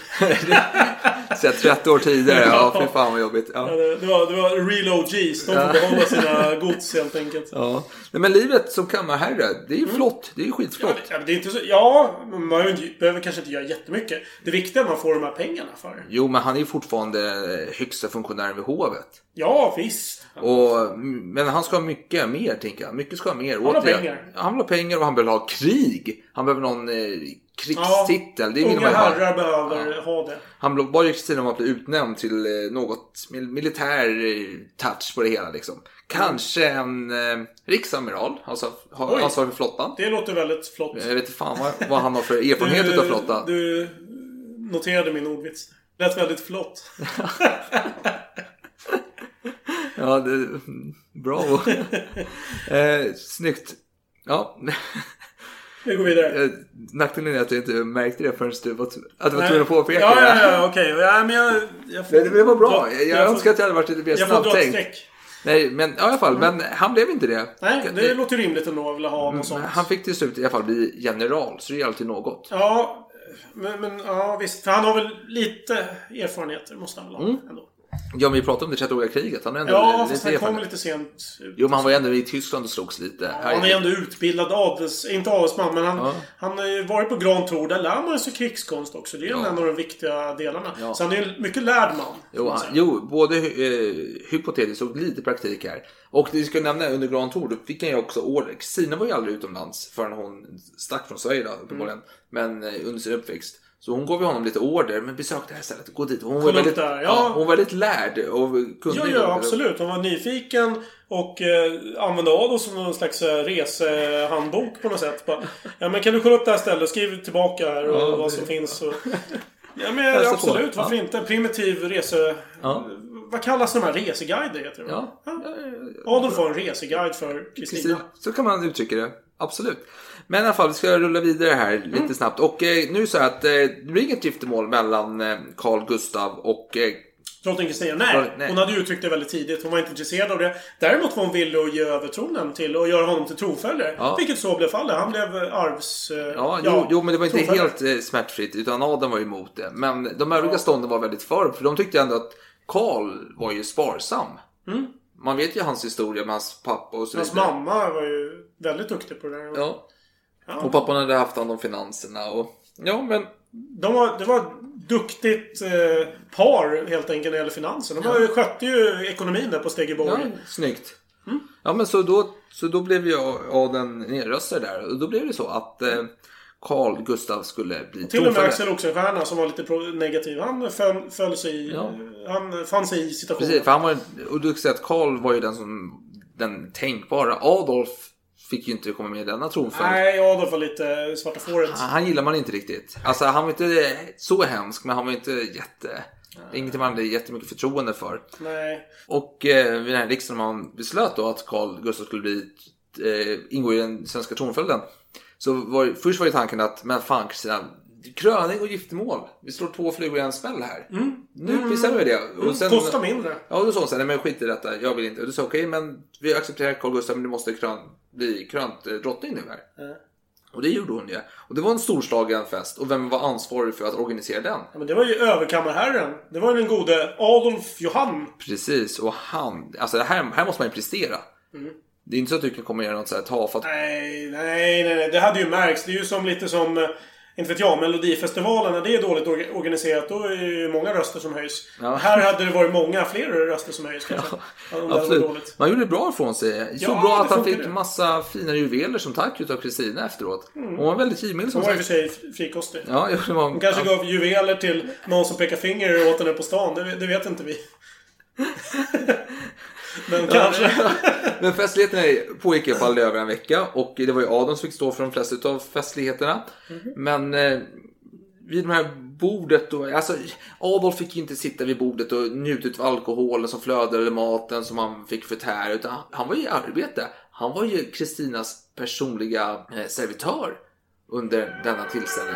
J: Så 30 år tidigare, ja, för fan vad jobbigt. Ja.
G: Ja, det var real OGs, de får behålla sina gods helt enkelt.
J: Ja. Men livet som kammarherre, det är ju flott, det är ju skitflott.
G: Ja, det är inte så, man behöver kanske inte göra jättemycket. Det viktiga är att man får de här pengarna. affärer.
J: Jo, men han är ju fortfarande högsta funktionären vid hovet.
G: Ja, visst.
J: Men han ska ha mycket mer, tänker jag. Mycket ska ha mer.
G: Han har pengar.
J: Han vill ha pengar och han vill ha krig. Han behöver någon krigstitel.
G: Ja, unga herrar behöver ha det.
J: Han var ju Kristina om att bli utnämnd till något militär touch på det hela liksom. Kanske en riksamiral, alltså ansvarig för flottan.
G: Det låter väldigt flott.
J: Jag vet inte fan vad han har för erfarenhet av flottan.
G: Du noterade min ordvits. Det lät väldigt flott.
J: Ja, bra. Snyggt. Ja.
G: Vi går vidare.
J: Nackdelen är att jag inte märkte det förrän du var tvungen att påpeka.
G: Ja, okej. Ja, men jag får,
J: det var bra. Jag önskar att jag hade varit lite mer snabbtänkt. Nej, men i alla fall. Men han blev inte det.
G: Nej, det låter rimligt ändå att vilja ha något sånt.
J: Han fick till slut i alla fall bli general. Så det är alltid något.
G: Ja, men ja, visst. För han har väl lite erfarenheter, måste han väl ha ändå.
J: Ja, men vi pratade om det 30-åriga kriget. Han
G: ändå fast han kom lite sent ut.
J: Jo, men han var ändå i Tyskland och slogs lite.
G: Ja, han är ändå utbildad inte adelsman, men han har ju varit på Grand Tour. Där lär man sig krigskonst också. Det är en av de viktiga delarna. Ja. Så han är en mycket lärd man.
J: Jo, både hypotetiskt och lite praktik här. Och det ska jag nämna, under Grand Tour då fick han ju också order. Kristina var ju aldrig utomlands förrän hon stack från Sverige då, uppenbarligen. Men under sin uppväxt. Så hon gav ju honom lite order, men besökte det här stället, gå dit. Hon var väldigt, hon var väldigt lärd och kunde.
G: Ja, absolut. Hon var nyfiken och använde Ado som någon slags resehandbok på något sätt. Ja, men kan du kolla upp det här stället och skriv tillbaka här och vad som finns. Och... Ja, men absolut. Varför inte? Primitiv rese... Vad kallas de här reseguider, heter det? Adolf var en reseguide för Kristina.
J: Så kan man uttrycka det. Absolut. Men i alla fall, vi ska rulla vidare här lite snabbt. Och nu är det så att det blir inget giftermål mellan Carl Gustaf och
G: drottning Kristina. Nej, hon hade ju uttryckt det väldigt tidigt. Hon var inte intresserad av det. Däremot var hon villig att ge över tronen till och göra honom till tronföljare. Vilket så blev fallet. Han blev arvs...
J: Jo, men det var inte helt smärtfritt. Utan Adam var emot det. Men de övriga stånden var väldigt för de tyckte ändå att Carl var ju sparsam. Man vet ju hans historia med hans pappa och så vidare.
G: Hans mamma var ju väldigt duktig på det där.
J: Ja. Och pappan hade haft hand om finanserna. Och... Ja, men...
G: Det var duktigt par helt enkelt när det gäller finansen. De skötte ju ekonomin där på Stegeborg.
J: Ja, snyggt. Ja, men så då blev ju adeln nedröstad där. Och då blev det så att Carl Gustaf skulle bli
G: till och med Axel Oxenstierna som var lite negativ. Han föll sig i... Han fann sig i situationen.
J: Precis, för han var... Och du kan säga att Carl var ju den tänkbara. Adolf fick ju inte komma med i denna tronföljd.
G: Nej, Adolf var lite svarta fåret.
J: Han gillar man inte riktigt. Alltså han var inte så hemsk, men han var inte ingenting man hade jättemycket förtroende för.
G: Nej.
J: Och vid den här riksdagen man beslöt då att Carl Gustaf skulle ingå i den svenska tronföljden. Så först var ju tanken att, men fan Kristina, kröning och giftermål. Vi slår 2 flugor i en smäll här. Nu bestämmer vi det. Och sen,
G: kostar mindre.
J: Ja, och då sa hon så här, nej men skit i detta, jag vill inte. Och du sa okej, men vi accepterar Carl Gustaf, men du måste bli krönt drottning nu här. Och det gjorde hon ju. Och det var en storslagen fest. Och vem var ansvarig för att organisera den?
G: Ja, men det var ju överkammarherren. Det var ju den gode Adolf Johann.
J: Precis, och han... Alltså det här måste man ju prestera. Det är inte så att du kan komma och göra något så här tafatt.
G: Nej. Det hade ju märkts. Det är ju som lite som... Inte vet jag, Melodifestivalen, när det är dåligt organiserat, då är det ju många röster som höjs. Här hade det varit många fler röster som höjs kanske.
J: Absolut. Man gjorde det bra från sig. Så bra att han fick massa fina juveler som tack utav Kristina efteråt. Hon var väldigt givmild som
G: sagt. Hon var i och för sig frikostig.
J: Ja,
G: hon kanske gav juveler till någon som pekar finger åt henne på stan. Det vet inte vi. Men kanske.
J: Men festligheterna pågick i alla fall över en vecka. Och det var ju Adam som fick stå för de flesta av festligheterna. Men vid de här bordet då, alltså Adolf fick ju inte sitta vid bordet och njuta av alkoholen som flödade eller maten som han fick förtära, utan han var ju i arbete. Han var ju Kristinas personliga servitör under denna tillställning.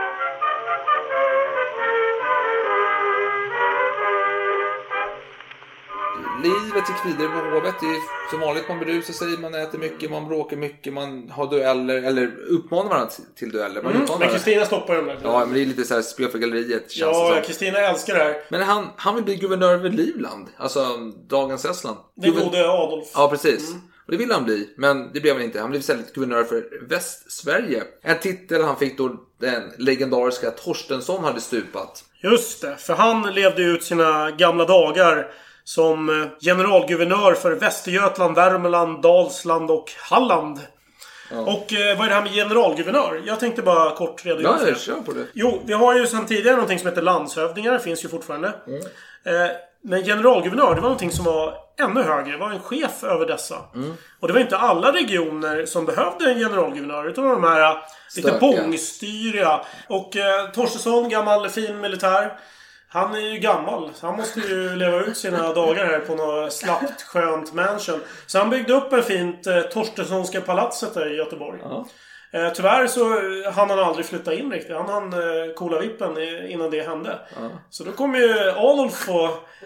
J: Livet gick vidare på hovet. Det är som vanligt, man berusar sig, man äter mycket, man bråkar mycket, man har dueller, eller uppmanar varandra till dueller.
G: Men Kristina stoppar dem där.
J: Ja, men det är lite så här spel för galleriet.
G: Ja, Kristina älskar det här.
J: Men han vill bli guvernör över Livland, alltså dagens Estland.
G: Det gode Adolf.
J: Ja, precis. Och det ville han bli, men det blev han inte. Han blev istället guvernör för Västsverige. En titel han fick då den legendariska Torstensson hade stupat.
G: Just det, för han levde ut sina gamla dagar som generalguvernör för Västergötland, Värmland, Dalsland och Halland. Ja. Och vad är det här med generalguvernör? Jag tänkte bara kort redogöra för det.
J: Kör på det.
G: Jo, vi har ju sedan tidigare någonting som heter landshövdingar. Det finns ju fortfarande. Men generalguvernör, det var någonting som var ännu högre. Det var en chef över dessa. Och det var inte alla regioner som behövde en generalguvernör. Utan de här lite bångstyriga. Och Torstensson, gammal fin militär. Han är ju gammal. Han måste ju leva ut sina dagar här på något slappt skönt mansion. Så han byggde upp en fint Torstenssonska palatset där i Göteborg. Tyvärr så hann han aldrig flytta in riktigt. Han hann kola vippen innan det hände. Så då kom ju Adolf och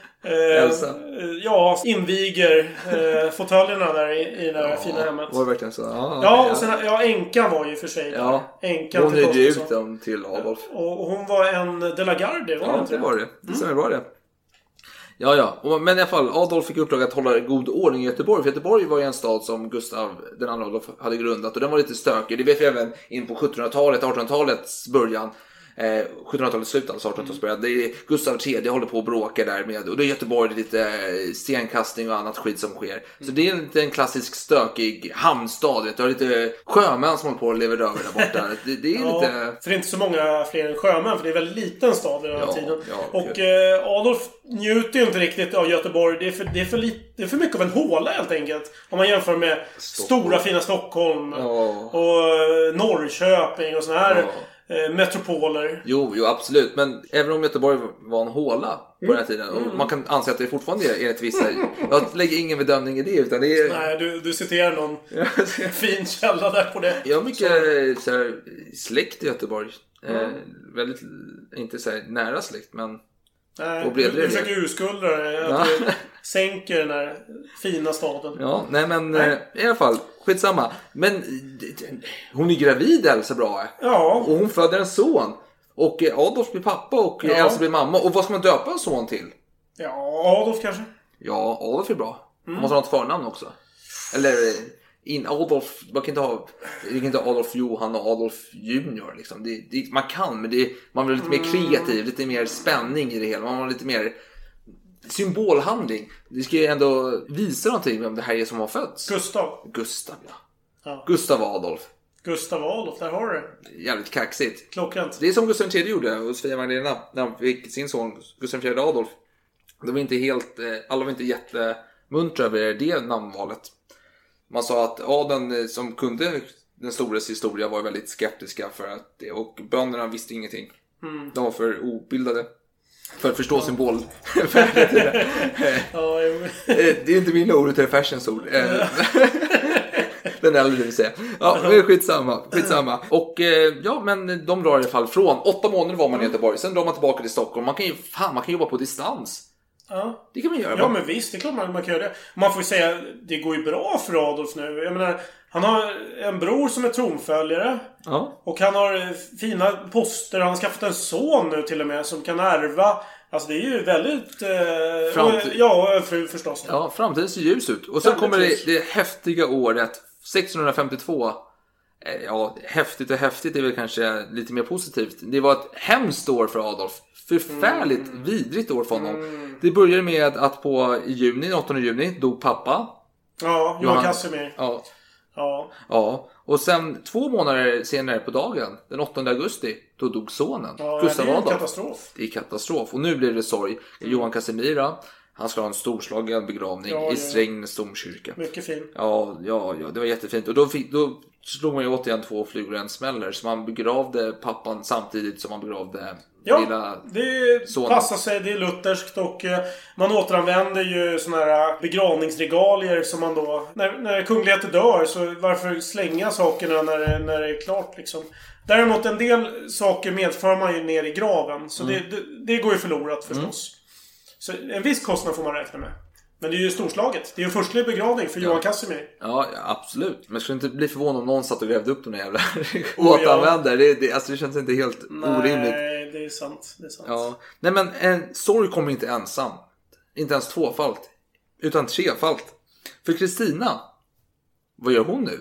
G: inviger fåtöljerna där i det här fina hemmet.
J: Var det verkligen så?
G: Och sen, änkan var ju för sig där.
J: Hon är ju ut dem till Adolf.
G: Och hon var en de la Garde, var det inte?
J: Det var det. Det var det. Men i alla fall, Adolf fick uppdrag att hålla god ordning i Göteborg. För Göteborg var ju en stad som Gustav den andra Adolf hade grundat. Och den var lite stökig. Det vet vi även in på 1700-talet, 1800-talets början. 1700-talets slut, alltså 1800-talets början. Det är Gustav III håller på att bråka där med. Och det är Göteborg, det är lite stenkastning och annat skit som sker. Så det är inte en klassisk stökig hamnstad. Det är lite sjömän som håller på att leva över där borta. Det är lite...
G: För det är inte så många fler än sjömän. För det är väldigt liten stad i den här tiden. Och Adolf njuter ju inte riktigt av Göteborg. Det är för mycket av en håla helt enkelt. Om man jämför med stora fina Stockholm och Norrköping och såna här metropoler.
J: Jo, absolut. Men även om Göteborg var en håla på den här tiden. Och man kan anse att det fortfarande är enligt vissa. Jag lägger ingen bedömning i det. Utan det är...
G: Nej, du citerar någon fin källa där på det.
J: Jag har mycket så här, släkt i Göteborg. Väldigt, inte så här nära släkt, men...
G: Nej, du försöker urskulda det. Att du sänker den här fina staden.
J: I alla fall, skitsamma. Men hon är gravid, Elsa Brahe. Och hon föder en son. Och Adolf blir pappa och Elsa blir mamma. Och vad ska man döpa en son till?
G: Adolf kanske.
J: Ja, Adolf är bra. Man måste ha ett förnamn också. Eller... Adolf, man kan inte ha Adolf Johan och Adolf Junior liksom. Man kan, men man vill lite mer kreativ, lite mer spänning i det hela. Man har lite mer symbolhandling. Det ska ju ändå visa någonting om det här är som har fötts. Gustav, ja. Gustav Adolf.
G: Gustav Adolf, där har du det.
J: Jävligt kaxigt.
G: Klockrent.
J: Det är som Gustav III gjorde hos Sofia Magdalena när han fick sin son Gustav IV Adolf. Det var inte helt, alla var inte jättemuntra över det namnvalet. Man sa att adeln som kunde den stores historia var väldigt skeptiska för att det, och bönderna visste ingenting. De var för obildade för att förstå symbol. Det är inte mina ord, utan fashions ord. Den äldre vill säga. Men skitsamma. Och men de drar i alla fall från 8 månader var man i Göteborg. Sen drar man tillbaka till Stockholm. Man kan jobba på distans.
G: Ja.
J: Det kan man göra.
G: Ja, men visst, det är klart man kan göra det. Man får ju säga, det går ju bra för Adolf nu. Jag menar, han har en bror som är tronföljare. Och han har fina poster. Han har skaffat en son nu till och med som kan ärva. Alltså det är ju väldigt... förstås.
J: Ja, framtiden ser ljus ut. Och sen kommer det häftiga året 1652. Häftigt är väl kanske lite mer positivt. Det var ett hemskt år för Adolf. Förfärligt vidrigt år för honom. Det började med att på juni, 8 juni dog pappa.
G: Ja, Johan Casimir.
J: Ja. Och sen 2 månader senare på dagen, den 8 augusti, då dog sonen. Gustav Adolf. Det är katastrof. Och nu blir det sorg. Johan Casimir, han ska ha en storslagen begravning i Strängnäs domkyrka.
G: Mycket fin.
J: Ja, det var jättefint. Och då slog man ju återigen 2 flugor i en smäller. Så man begravde pappan samtidigt som man begravde lilla
G: det
J: sonen.
G: Passar sig, det är lutherskt. Och man återanvänder ju såna här begravningsregalier som man då... När kungligheter dör, så varför slänga sakerna när det är klart liksom. Däremot en del saker medför man ju ner i graven. Så det går ju förlorat förstås. Så en viss kostnad får man räkna med. Men det är ju storslaget. Det är ju en förstlig begravning för Johan Casimir.
J: Ja, absolut. Men jag skulle inte bli förvånad om någon satt och grävde upp de jävla återanvändare. Det känns inte helt orimligt.
G: Nej, det är sant.
J: Ja. Nej, men en sorg kommer inte ensam. Inte ens 2-falt. Utan 3-falt. För Kristina, vad gör hon nu?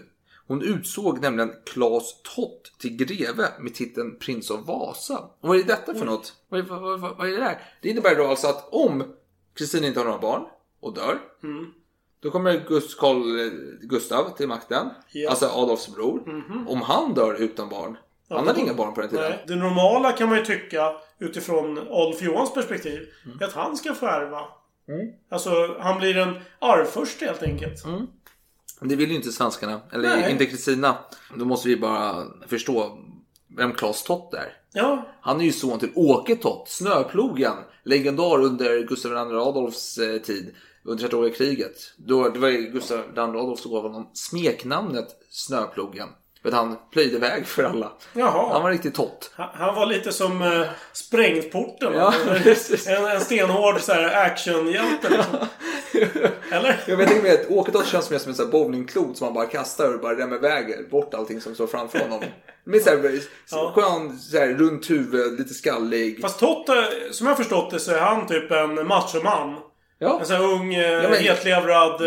J: Hon utsåg nämligen Claes Tott till greve med titeln prins av Vasa. Och vad är detta för något? Vad är det där? Det innebär då alltså att om Kristina inte har några barn och dör, då kommer Carl Gustav till makten. Ja. Alltså Adolfs bror. Om han dör utan barn, han hade inga barn på den tiden.
G: Nej. Det normala kan man ju tycka utifrån Adolf Johans perspektiv är att han ska få ärva. Alltså han blir en arvfurste helt enkelt.
J: Det vill ju inte svenskarna. Eller inte Kristina. Då måste vi bara förstå vem Claes Tott är. Ja. Han är ju son till Åke Tott, snöplogen. Legendar under Gustav II Adolfs tid. Under 30-åriga kriget. Det var ju Gustav II Adolf som gav honom smeknamnet Snöplogen. För att han plöjde väg för alla. Jaha. Han var riktigt tott.
G: Han var lite som Sprängporten. Ja, en stenhård så här actionhjälte liksom. Eller?
J: Jag vet inte att Åke Tott känns som en sån här bowlingklot som man bara kastar och bara rämmer väg bort allting som står framför honom. Med så här skön så här runt huvud, lite skallig.
G: Fast Tott, som jag förstått det, så är han typ en machoman. Ja. En sån här ung, hetlevrad,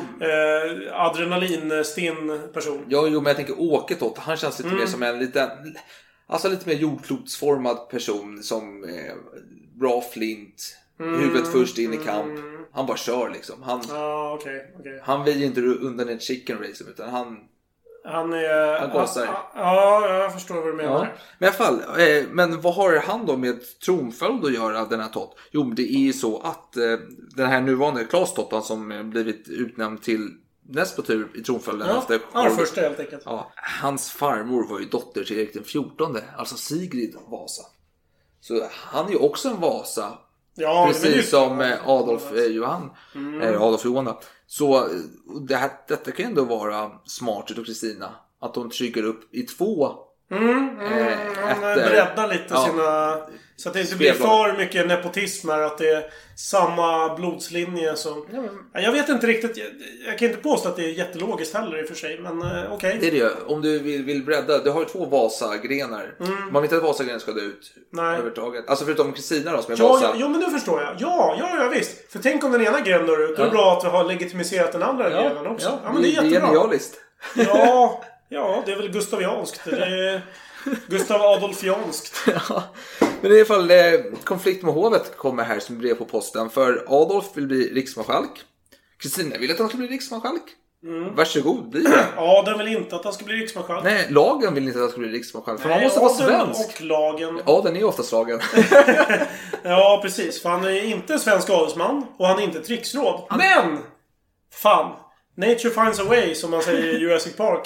G: adrenalinstinn person.
J: Jo, men jag tänker Åke Tott, han känns lite mer som en liten, alltså lite mer jordklotsformad person som bra flint, huvudet först in i kamp. Han bara kör liksom. Han vill ju inte undan ett chicken race, utan han kostar.
G: Ja, jag förstår vad du menar.
J: Ja. Men i alla fall, men vad har han då med tronföljd att göra, den här Tott? Jo, det är ju så att den här nuvarande Claes Tott som blivit utnämnd till näst på tur i tronföljden efter
G: första helt enkelt.
J: Ja, hans farmor var ju dotter till Erik den 14, alltså Sigrid Vasa. Så han är ju också en Vasa. Ja, precis som Adolf Johan. Adolf Johan. Så detta kan ändå vara smart utav Kristina. Att de trycker upp i två
G: bredda lite sina... Så att det inte blir för mycket nepotism här. Att det är samma blodslinje som... Jag vet inte riktigt. Jag kan inte påstå att det är jättelogiskt heller i och för sig. Men okej.
J: Det är det. Om du vill bredda. Du har ju 2 Vasa-grenar. Man vet inte att Vasa-grenen ska dö ut. Nej. Övertaget. Alltså förutom Kristina då som är Vasa.
G: Ja, men nu förstår jag. Ja, visst. För tänk om den ena grenen dör ut. Då är det bra att vi har legitimiserat den andra grenen också. Ja, men det är jättebra.
J: Det är genialiskt.
G: Ja, det är väl gustavianskt. Det är Gustav Adolfianskt.
J: Ja. Men i alla fall konflikt med hovet kommer här som brev på posten. För Adolf vill bli riksmarskalk. Kristina vill att han ska bli riksmarskalk. Varsågod, bli det.
G: Ja, den vill inte att han ska bli riksmarskalk.
J: Nej, lagen vill inte att han ska bli riksmarskalk. För man måste vara svensk.
G: Och lagen.
J: Ja, den är oftast lagen.
G: Ja, precis. För han är inte en svensk adelsman. Och han är inte ett riksråd. Men! Fan. Nature finds a way, som man säger i Jurassic Park.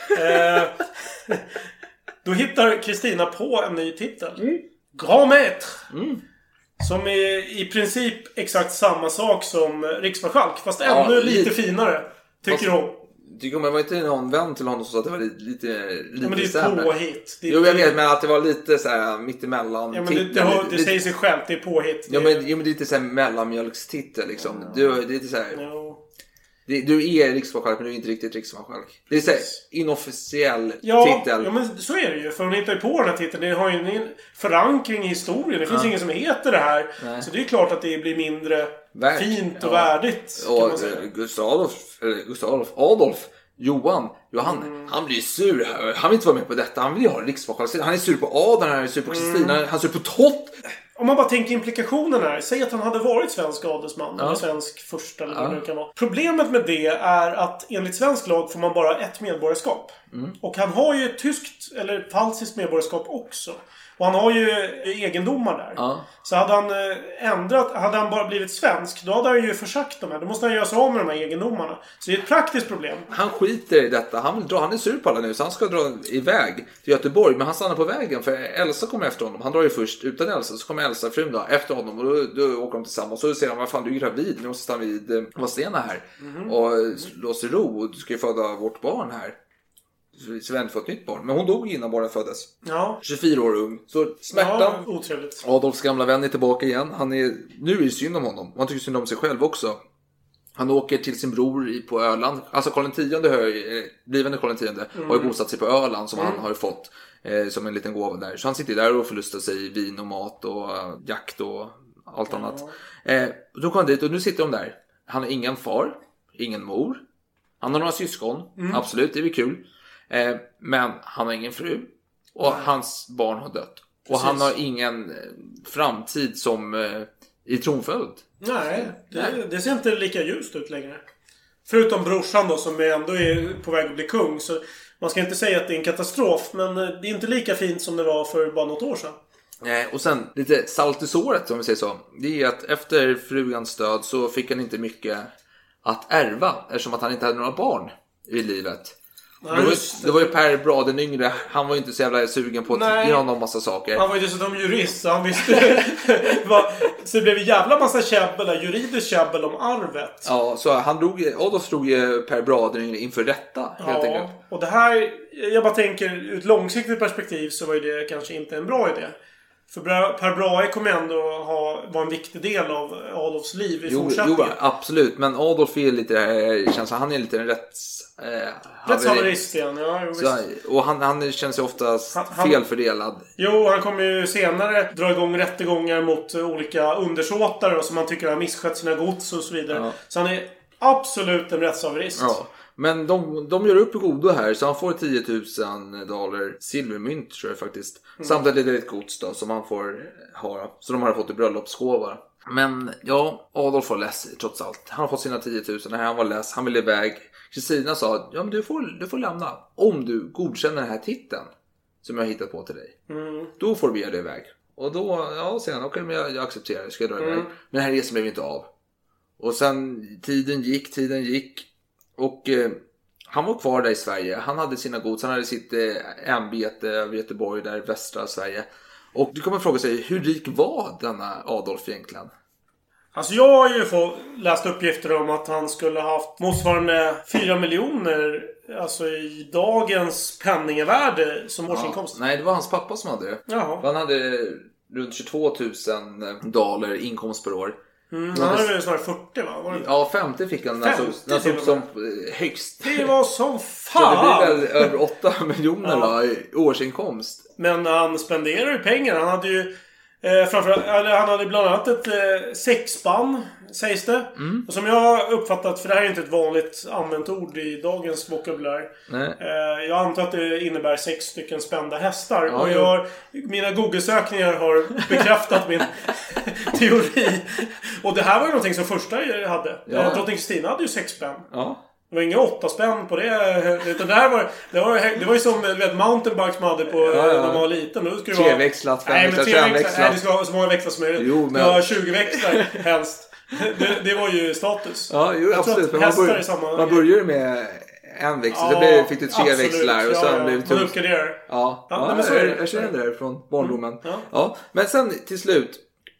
G: Då hittar Kristina på en ny titel. Grand Maître. Som är i princip exakt samma sak som riksmarskalk. Fast ännu lite finare. Tycker hon.
J: Tycker man var inte någon vän till honom som sa att det var lite
G: men det är påhitt.
J: Jo, jag vet, men att det var lite så här mittemellan.
G: Ja, men det säger sig själv, det är påhitt.
J: Ja, men det är lite så här mellanmjölkstitel liksom. Det är lite så här. Du är riksmarskalk, men du är inte riktigt riksmarskalk. Det är så här, inofficiell titel.
G: Ja, men så är det ju. För hon hittar ju på den här titeln. Det har ju en förankring i historien. Det finns ingen som heter det här. Nej. Så det är klart att det blir mindre fint och värdigt.
J: Och Gustav Adolf Johan, han blir sur. Han vill inte vara med på detta. Han vill ju ha riksmarskalk. Han är sur på Adolf, han är sur på Kristina, han är sur på Tott.
G: Om man bara tänker implikationen här. Säg att han hade varit svensk adelsman. Eller svensk första eller vad det nu kan vara. Problemet med det är att enligt svensk lag får man bara ett medborgarskap. Och han har ju tyskt eller falsiskt medborgarskap också. Och han har ju egendomar där. Så hade han bara blivit svensk, då hade han ju försagt dem här. Då måste han göra sig av med de här egendomarna. Så det är ett praktiskt problem.
J: Han skiter i detta. Han är sur på alla nu, så han ska dra iväg till Göteborg. Men han stannar på vägen, för Elsa kommer efter honom. Han drar ju först utan Elsa, så kommer Elsa frun då efter honom. Och då åker de tillsammans. Och så säger han, vad fan, du är gravid. Nu måste stanna vid Vadstena här. Och slå sig ro. Och du ska ju föda vårt barn här. Så vi har fått ett nytt barn. Men hon dog innan barnet föddes. 24 år ung. Så smärtan.
G: Otrevligt.
J: Adolfs gamla vän är tillbaka igen. Nu är det synd om honom. Han tycker synd om sig själv också. Han åker till sin bror på Öland. Alltså Karl X, blivande Karl X har ju bosatt sig på Öland, som han har ju fått som en liten gåva där. Så han sitter där och förlustar sig vin och mat och jakt och allt annat. Då kom han dit och nu sitter de där. Han har ingen far, ingen mor. Han har några syskon. Absolut, det är väl kul. Men han har ingen fru. Och hans barn har dött. Och han har ingen framtid som i tronföljd.
G: Nej, det ser inte lika ljust ut längre. Förutom brorsan då, som ändå är på väg att bli kung. Så man ska inte säga att det är en katastrof. Men det är inte lika fint som det var för bara något år sedan.
J: Nej, och sen lite salt i såret, om vi säger så. Det är att efter frugans död så fick han inte mycket att ärva. Eftersom att han inte hade några barn i livet. Det var ju Per Brahe den yngre. Han var ju inte så jävla sugen på att ge honom massa saker.
G: Han var ju dessutom jurist, så han visste så det blev en jävla massa käbbel, juridiskt käbbel om arvet.
J: Ja, så Adolf drog Per Brahe den yngre inför rätta, helt enkelt.
G: Och det här, jag bara tänker ur ett långsiktigt perspektiv så var det kanske inte en bra idé. För Per Brahe kommer ändå vara en viktig del av Adolfs liv i fortsättningen. Jo,
J: absolut. Men Adolf är lite, känns han är lite en
G: rättshaverist igen, ja.
J: Och han känns ju oftast felfördelad.
G: Jo, han kommer ju senare dra igång rättegångar mot olika undersåtare som han tycker har misskött sina gods och så vidare. Ja. Så han är absolut en rättshaverist. Ja.
J: Men de gör upp i godo här, så han får $10,000 silvermynt, tror jag faktiskt. Samtidigt är det ett gods då, som han får ha. Så de har fått i bröllopsgåva. Men ja, Adolf var less trots allt. Han har fått sina 10,000, han var less, han ville iväg. Kristina sa, ja men du får lämna. Om du godkänner den här titeln som jag har hittat på till dig. Då får vi göra det iväg. Och då, säger han, okej, men jag accepterar, ska jag dra iväg. Men den här resan blev inte av. Och sen tiden gick. Och han var kvar där i Sverige. Han hade sina gods, han hade sitt ämbete över Göteborg, där västra Sverige. Och du kommer fråga sig, hur rik var denna Adolf egentligen?
G: Alltså jag har ju läst uppgifter om att han skulle ha haft motsvarande 4 miljoner, alltså i dagens penningvärde som årsinkomst.
J: Nej, det var hans pappa som hade det.
G: Jaha.
J: Han hade runt $22,000 inkomst per år.
G: Han hade väl snarare 40, va? Var det?
J: Ja, 50 fick han när som högst.
G: Det var som fan!
J: Så det blir väl över 8 miljoner då, i årsinkomst.
G: Men han spenderar ju pengar. Han hade ju han hade bland annat ett sexspann, sägs det. Och som jag har uppfattat, för det här är inte ett vanligt använt ord i dagens vokabulär. Jag antar att det innebär 6 stycken spända hästar. Ja, och mina Google-sökningar har bekräftat min teori. Och det här var ju någonting som första hade. Drottning Kristina hade ju 6 spänn. Ja. Det var inga 8 spänn på det. Utan det var ju som mountainbikes man hade på när man var liten. Nu skulle det vara
J: treväxlat, femväxlat.
G: Nej, det ska ha så många växlar som möjligt.
J: Jo, men...
G: Det var 20 växlar helst. Det var ju status.
J: Ja, jo, absolut. Men man börjar ju med en växel. Så fick du 3 växlar. Och sen blev det
G: man uppgraderar.
J: Ja, men så är det. Jag känner det där från barndomen. Ja. Men sen till slut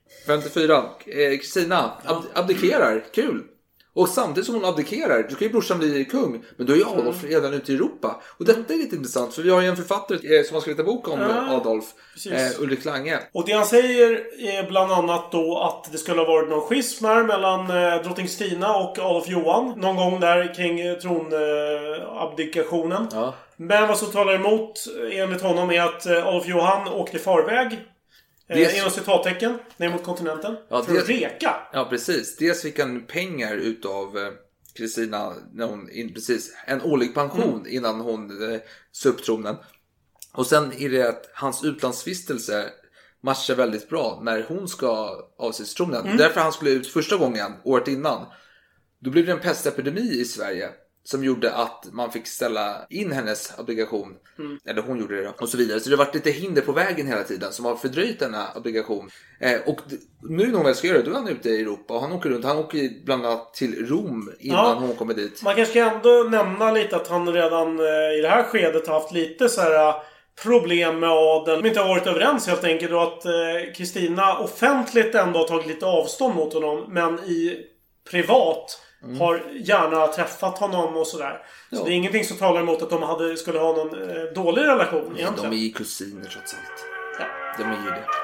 J: 54. Kristina abdikerar. Kul. Och samtidigt som hon abdikerar, då kan ju brorsan bli kung. Men då är ju Adolf redan ute i Europa. Och detta är lite intressant, för vi har ju en författare som har skrivit en bok om Adolf, Ulrik Lange.
G: Och det han säger är bland annat då att det skulle ha varit någon schism här mellan drottning Kristina och Adolf Johan. Någon gång där kring tronabdikationen. Men vad som talar emot enligt honom är att Adolf Johan åkte i förväg. Inom citattecken ner mot kontinenten för att reka.
J: Ja, precis. Dels fick han pengar utav Kristina när hon en årlig pension innan hon sa upp tronen. Och sen är det att hans utlandsvistelse matchar väldigt bra när hon ska avse tronen. Därför han skulle ut första gången året innan. Då blev det en pestepidemi i Sverige som gjorde att man fick ställa in hennes obligation. Eller hon gjorde det och så vidare. Så det har varit lite hinder på vägen hela tiden som har fördröjt denna obligation. Och nu när hon väl ska göra det, då är han ute i Europa. Och han åker runt. Han åker bland annat till Rom innan hon kommer dit.
G: Man kanske ska ändå nämna lite att han redan i det här skedet har haft lite så här problem med adeln. De inte har varit överens helt enkelt. Och att Kristina offentligt ändå har tagit lite avstånd mot honom. Men i privat har gärna träffat honom och sådär. Så det är ingenting som talar emot att de skulle ha någon dålig relation egentligen.
J: De är ju kusiner trots allt.
G: Ja.
J: De är ju det.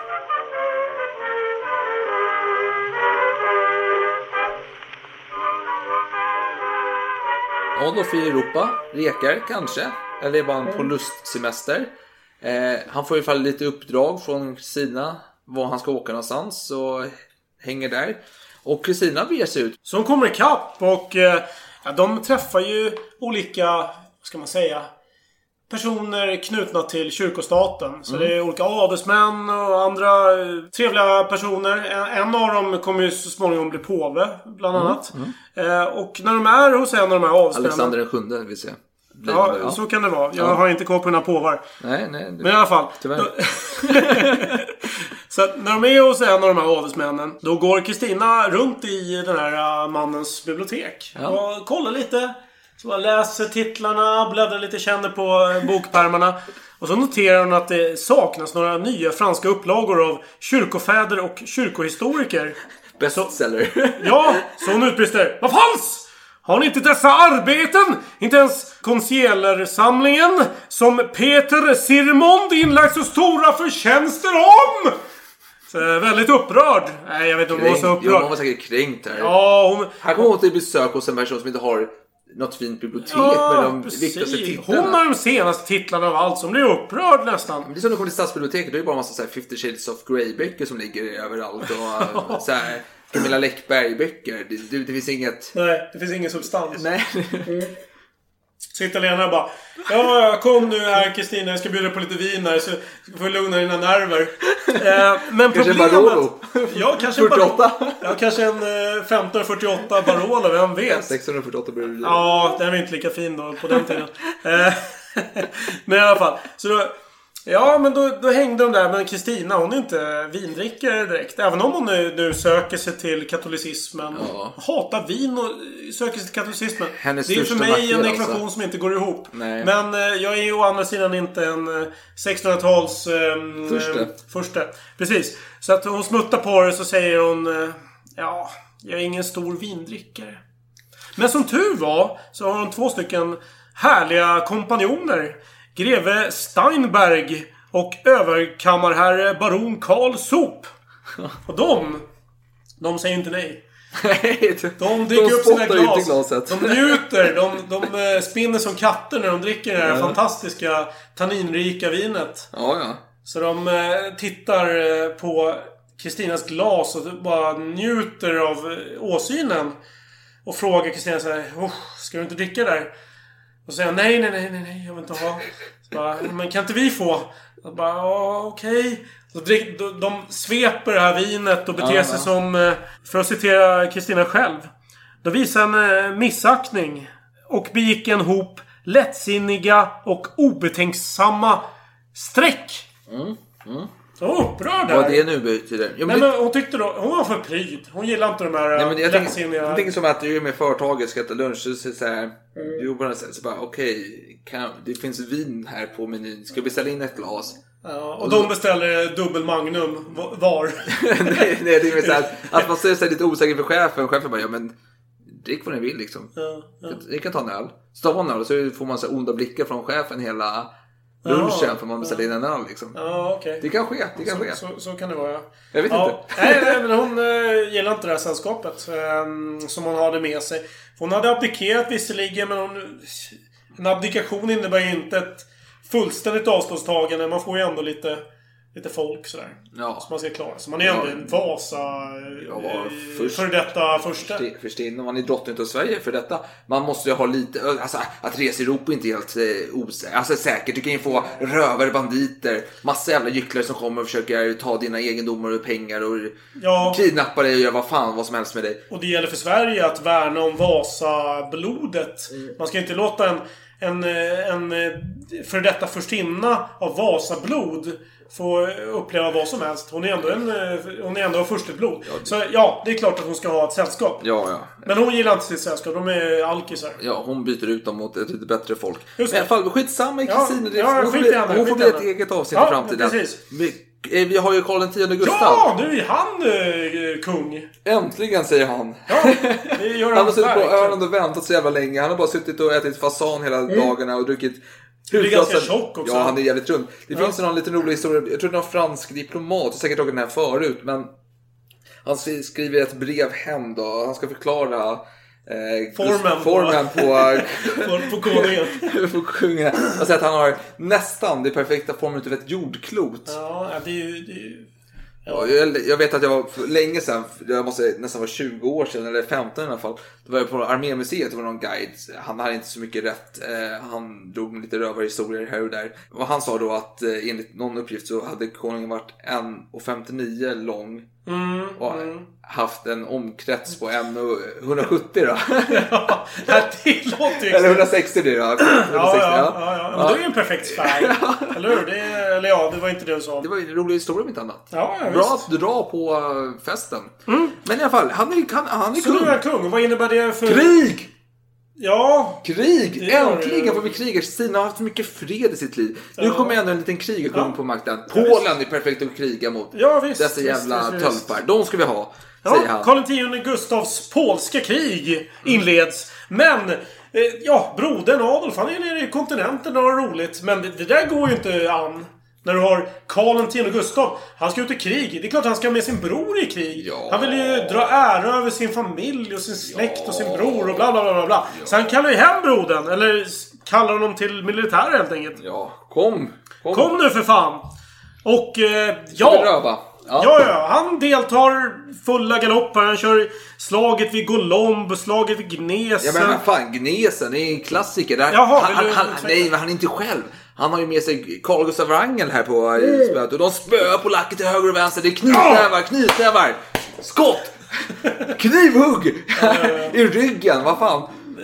J: Adolf i Europa, rekar kanske. Eller är bara på lustsemester. Han får i alla fall lite uppdrag från Kristina var han ska åka någonstans och hänger där. Och Kristina beger sig ut.
G: Så hon kommer ikapp och de träffar ju olika, vad ska man säga, personer knutna till kyrkostaten. Så det är olika adelsmän och andra trevliga personer. En av dem kommer ju så småningom bli påve, bland annat. Och när de är hos en av de här adelsmännen...
J: Alexander den sjunde, vill säga.
G: Ja, så kan det vara. Jag har inte koll på några påvar.
J: Nej.
G: Men i alla fall.
J: Tyvärr.
G: Så att när de är hos en av de här adelsmännen, då går Kristina runt i den här mannens bibliotek. Och kollar lite. Så man läser titlarna, bläddrar lite, känner på bokpärmarna. Och så noterar hon att det saknas några nya franska upplagor av kyrkofäder och kyrkohistoriker.
J: Bestseller.
G: Ja, så hon utbrister. Vad falskt! Har ni inte dessa arbeten? Inte ens concierlersamlingen som Peter Sirmond inlagt så stora förtjänster om? Så väldigt upprörd. Nej, jag vet inte om hon var så upprörd.
J: Jo, hon var säkert kränkt här.
G: Ja,
J: här kommer hon till besök hos en person som inte har något fint bibliotek med de viktigaste titlarna.
G: Hon har de senaste titlarna av allt som blir upprörd nästan.
J: Men det är som när du kommer till stadsbiblioteket. Det är ju bara en massa så här 50 Shades of Grey-böcker som ligger överallt. Och så här Camilla Läckberg-böcker. Det finns inget...
G: Nej, det finns ingen substans.
J: Nej.
G: Så italienarna bara: ja, kom nu här Kristina, jag ska bjuda på lite vin här så får du lugna dina nerver. Men
J: kanske
G: problemet...
J: Barolo.
G: Ja, kanske
J: 48.
G: Ja, kanske en 1548 Barolo, vem vet.
J: 648 blir det.
G: Ja, den är inte lika fin då på den tiden. Men i alla fall. Så då, ja, men då hängde de där. Men Kristina, hon är inte vindrickare direkt. Även om hon nu söker sig till katolicismen. Ja. Hatar vin och söker sig till katolicismen.
J: Hennes
G: det är för mig en ekvation
J: alltså
G: som inte går ihop.
J: Nej.
G: Men jag är ju å andra sidan inte en 1600-tals första. Precis. Så att hon smuttar på det, så säger hon: ja, jag är ingen stor vindrickare. Men som tur var så har hon 2 stycken härliga kompanjoner. Greve Steinberg och överkammarherre baron Karl Sop. Och de säger inte nej. De dricker upp sina glas. De njuter. De spinner som katter när de dricker det här fantastiska tanninrika vinet.
J: Ja.
G: Så de tittar på Kristinas glas och bara njuter av åsynen. Och frågar Kristina så här: ska du inte dricka där? Och säger nej, jag vill inte ha. Så bara, men kan inte vi få? Så bara, okej. Så de sveper det här vinet och beter sig som, för att citera Kristina själv: de visar en missaktning och begick en hop lättsinniga och obetänksamma streck. Upprörd där.
J: Vad det nu betyder.
G: Ja, men hon tyckte då, hon var för pryd. Hon gillar inte de här lättsinniga...
J: Jag tänker som att du är med företaget, ska äta lunch, så här, du jobbar så bara, okej, det finns vin här på menyn. Ska jag beställa in ett glas?
G: Ja, och de beställer dubbel magnum var.
J: nej, det är mer så här att man säger sig lite osäker för chefen. Chefen bara, ja men drick vad ni vill liksom. Det kan ta en öl. Stava en öl, så får man så onda blickar från chefen hela lunchen för man beställer in en öl liksom.
G: Ja, okej.
J: Det kan ske,
G: Så kan det vara, ja.
J: Jag vet inte.
G: Nej, men hon gillar inte det här sällskapet som hon hade med sig. Hon hade abdikerat visserligen, men en abdikation innebär ju inte ett fullständigt avståndstagande. Man får ju ändå lite folk sådär. Ja. Som man ska klara. Så man är ändå en Vasa för detta första.
J: Först in, om man är drottning av Sverige för detta. Man måste ju ha lite, alltså att resa i Europa är inte helt säkert. Du kan ju få rövare, banditer, massa jävla gycklare som kommer och försöker ta dina egendomar och pengar och kidnappa dig och göra vad som helst med dig.
G: Och det gäller för Sverige att värna om Vasa-blodet. Man ska inte låta en för detta förstinna av Vasa-blod få uppleva vad som helst. Hon är ändå försteblod. Så ja, det är klart att hon ska ha ett sällskap.
J: Ja.
G: Men hon gillar inte sitt sällskap. De är alkisar.
J: Ja, hon byter ut dem mot ett lite bättre folk. Men i alla fall, skitsamma i Kristin. Hon får bli ett eget avsnitt i framtiden.
G: Precis.
J: Vi har ju Karl X Gustav.
G: Ja, nu är han kung.
J: Äntligen, säger han.
G: Ja, det gör han.
J: Han har suttit på Öland och väntat så jävla länge. Han har bara suttit och ätit fasan hela dagarna och druckit.
G: Det är ganska tjock också.
J: Ja, han är jävligt rund. Det finns en liten rolig historia. Jag tror det är någon fransk diplomat. Jag har säkert tagit den här förut. Men han skriver ett brev hem då. Han ska förklara formen
G: på konungen.
J: På kungen. Alltså att han har nästan det perfekta formen av ett jordklot.
G: Ja, det är ju
J: Ja. Jag vet att jag var för länge sedan, jag måste nästan vara 20 år sedan eller 15 i alla fall. Då var jag på Armémuseet, det var någon guide. Han hade inte så mycket rätt. Han drog med lite rövarhistorier här och där. Och han sa då att enligt någon uppgift så hade konungen varit 1,59 lång. Och haft en omkrets på 1,170 då.
G: Ja, det låter ju.
J: Eller 160 då. 160,
G: ja. Men det är ju en perfekt spärr. Eller hur? Det var inte det du sa.
J: Det var ju en rolig historia om inte annat.
G: Ja,
J: bra att du drar på festen. Men i alla fall, han är kung.
G: Så du är kung. Vad innebär det för...
J: Krig!
G: Ja.
J: Krig! Äntligen får vi kriga. Stina har haft mycket fred i sitt liv. Nu kommer ändå en liten krigarkung på makten. Polen är perfekt att kriga mot.
G: Ja, visst.
J: Dessa jävla tölpar. De ska vi ha, säger han.
G: Karl X Gustavs polska krig inleds. Men, brodern Adolf, han är nere i kontinenten och har roligt. Men det där går ju inte an. När du har Karl X Gustav, han ska ut i krig. Det är klart han ska med sin bror i krig.
J: Ja.
G: Han vill ju dra ära över sin familj och sin släkt och sin bror och bla bla bla bla. Så han kallar ju hem brodern. Eller kallar honom till militär helt enkelt.
J: Ja, kom
G: nu för fan. Och
J: Ja,
G: han deltar fulla galopper. Han kör slaget vid Golomb, slaget vid Gnesen.
J: Ja, men fan, Gnesen är en klassiker där. Nej, men han är inte själv. Han har ju med sig Carl Gustav Wrangel här på spöet. Och de spöar på lacket till höger och vänster. Det är knytnävar, skott, knivhugg i ryggen, vad fan.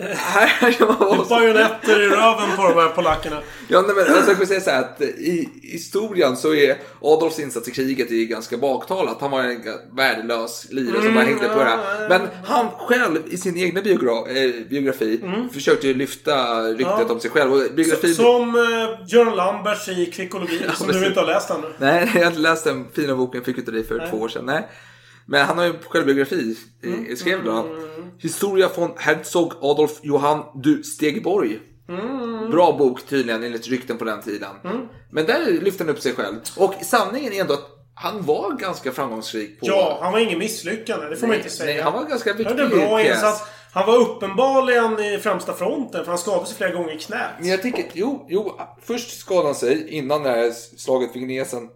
G: Bajonetter i röven på de här polackerna.
J: Ja, men alltså, jag kan säga så här att i historien så är Adolfs insats i kriget ganska baktalat. Han var en värdelös lirare som bara hängde på det. Men han själv i sin egna biografi försökte ju lyfta ryktet om sig själv. Och
G: som Göran Lamberts i Kvickologi, som du inte har läst ännu.
J: Nej, jag har inte läst den fina boken, fick inte det för 2 år sedan. Nej. Men han har ju självbiografi skrev då. Historia från Herzog Adolf Johann du Stegeborg. Bra bok tydligen enligt rykten på den tiden. Men där lyfte han upp sig själv. Och sanningen är ändå att han var ganska framgångsrik på...
G: Ja, han var ingen misslyckande, det får man inte säga.
J: Nej, han var ganska viktig.
G: Det var bra insats. Han var uppenbarligen i främsta fronten, för han skadade sig flera gånger i knät.
J: Men jag tycker, först skadade han sig innan det här slaget vid Gnesen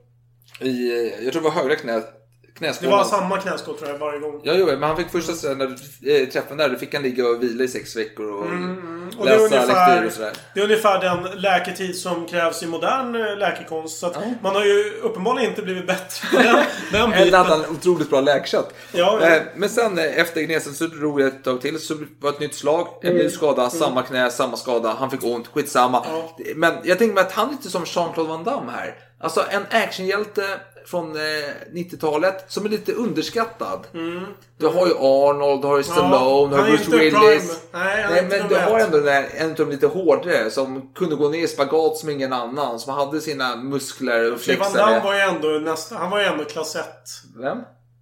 J: jag tror det var högra knäskålen.
G: Det var samma knäskål tror jag varje gång.
J: Ja, men han fick första träffen där, då fick han ligga och vila i 6 veckor och
G: läsa
J: lektyr och sådär.
G: Det är ungefär den läketid som krävs i modern läkekonst. Så att man har ju uppenbarligen inte blivit bättre den
J: Eller hade han otroligt bra läkkött.
G: Ja.
J: Men sen efter Gnesen så drog jag ett tag till, så var ett nytt slag. En ny skada, samma knä, samma skada. Han fick ont, skitsamma. Men jag tänker mig att han är lite som Jean-Claude Van Damme här. Alltså en actionhjälte från 90-talet som är lite underskattad. Du har ju Arnold, du har ju Stallone, du har Bruce Willis. Nej, men du har ändå en av de lite hårdare som kunde gå ner i spagat som ingen annan, som hade sina muskler och flexare.
G: Van Damme var ju ändå han var ju ändå klass 1.
J: Vem?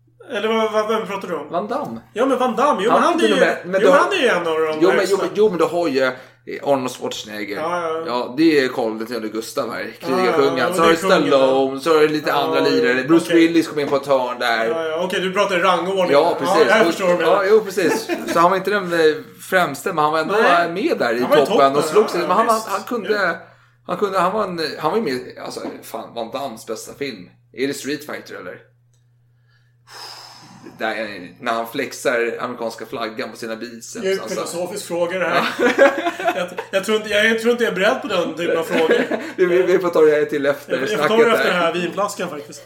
G: Eller vem pratar du om?
J: Van Damme.
G: Ja, men Van Damme. Jo, men han är ju en av dem.
J: Jo, men du har ju Arnold Schwarzenegger. Ja, det är Carl X Gustav här. Krigarkungen. Så har du Stallone, så har du lite andra lirare. Bruce Willis kom in på ett hörn där.
G: Okej, du pratar i rangordning.
J: Ja, precis.
G: Jag förstår.
J: Ja, precis. Så han var inte den främste, men han var ändå med där i toppen och slog sig. Men han var ju med, alltså fan, Van Dammes bästa film. Är det Street Fighter eller? Där, när han flexar amerikanska flaggan på sina biceps.
G: Det är en filosofisk fråga det här. jag tror inte jag är beredd på den typen av frågor.
J: Vi får ta det här till efter snacket.
G: Jag får ta det efter den här vinflaskan faktiskt.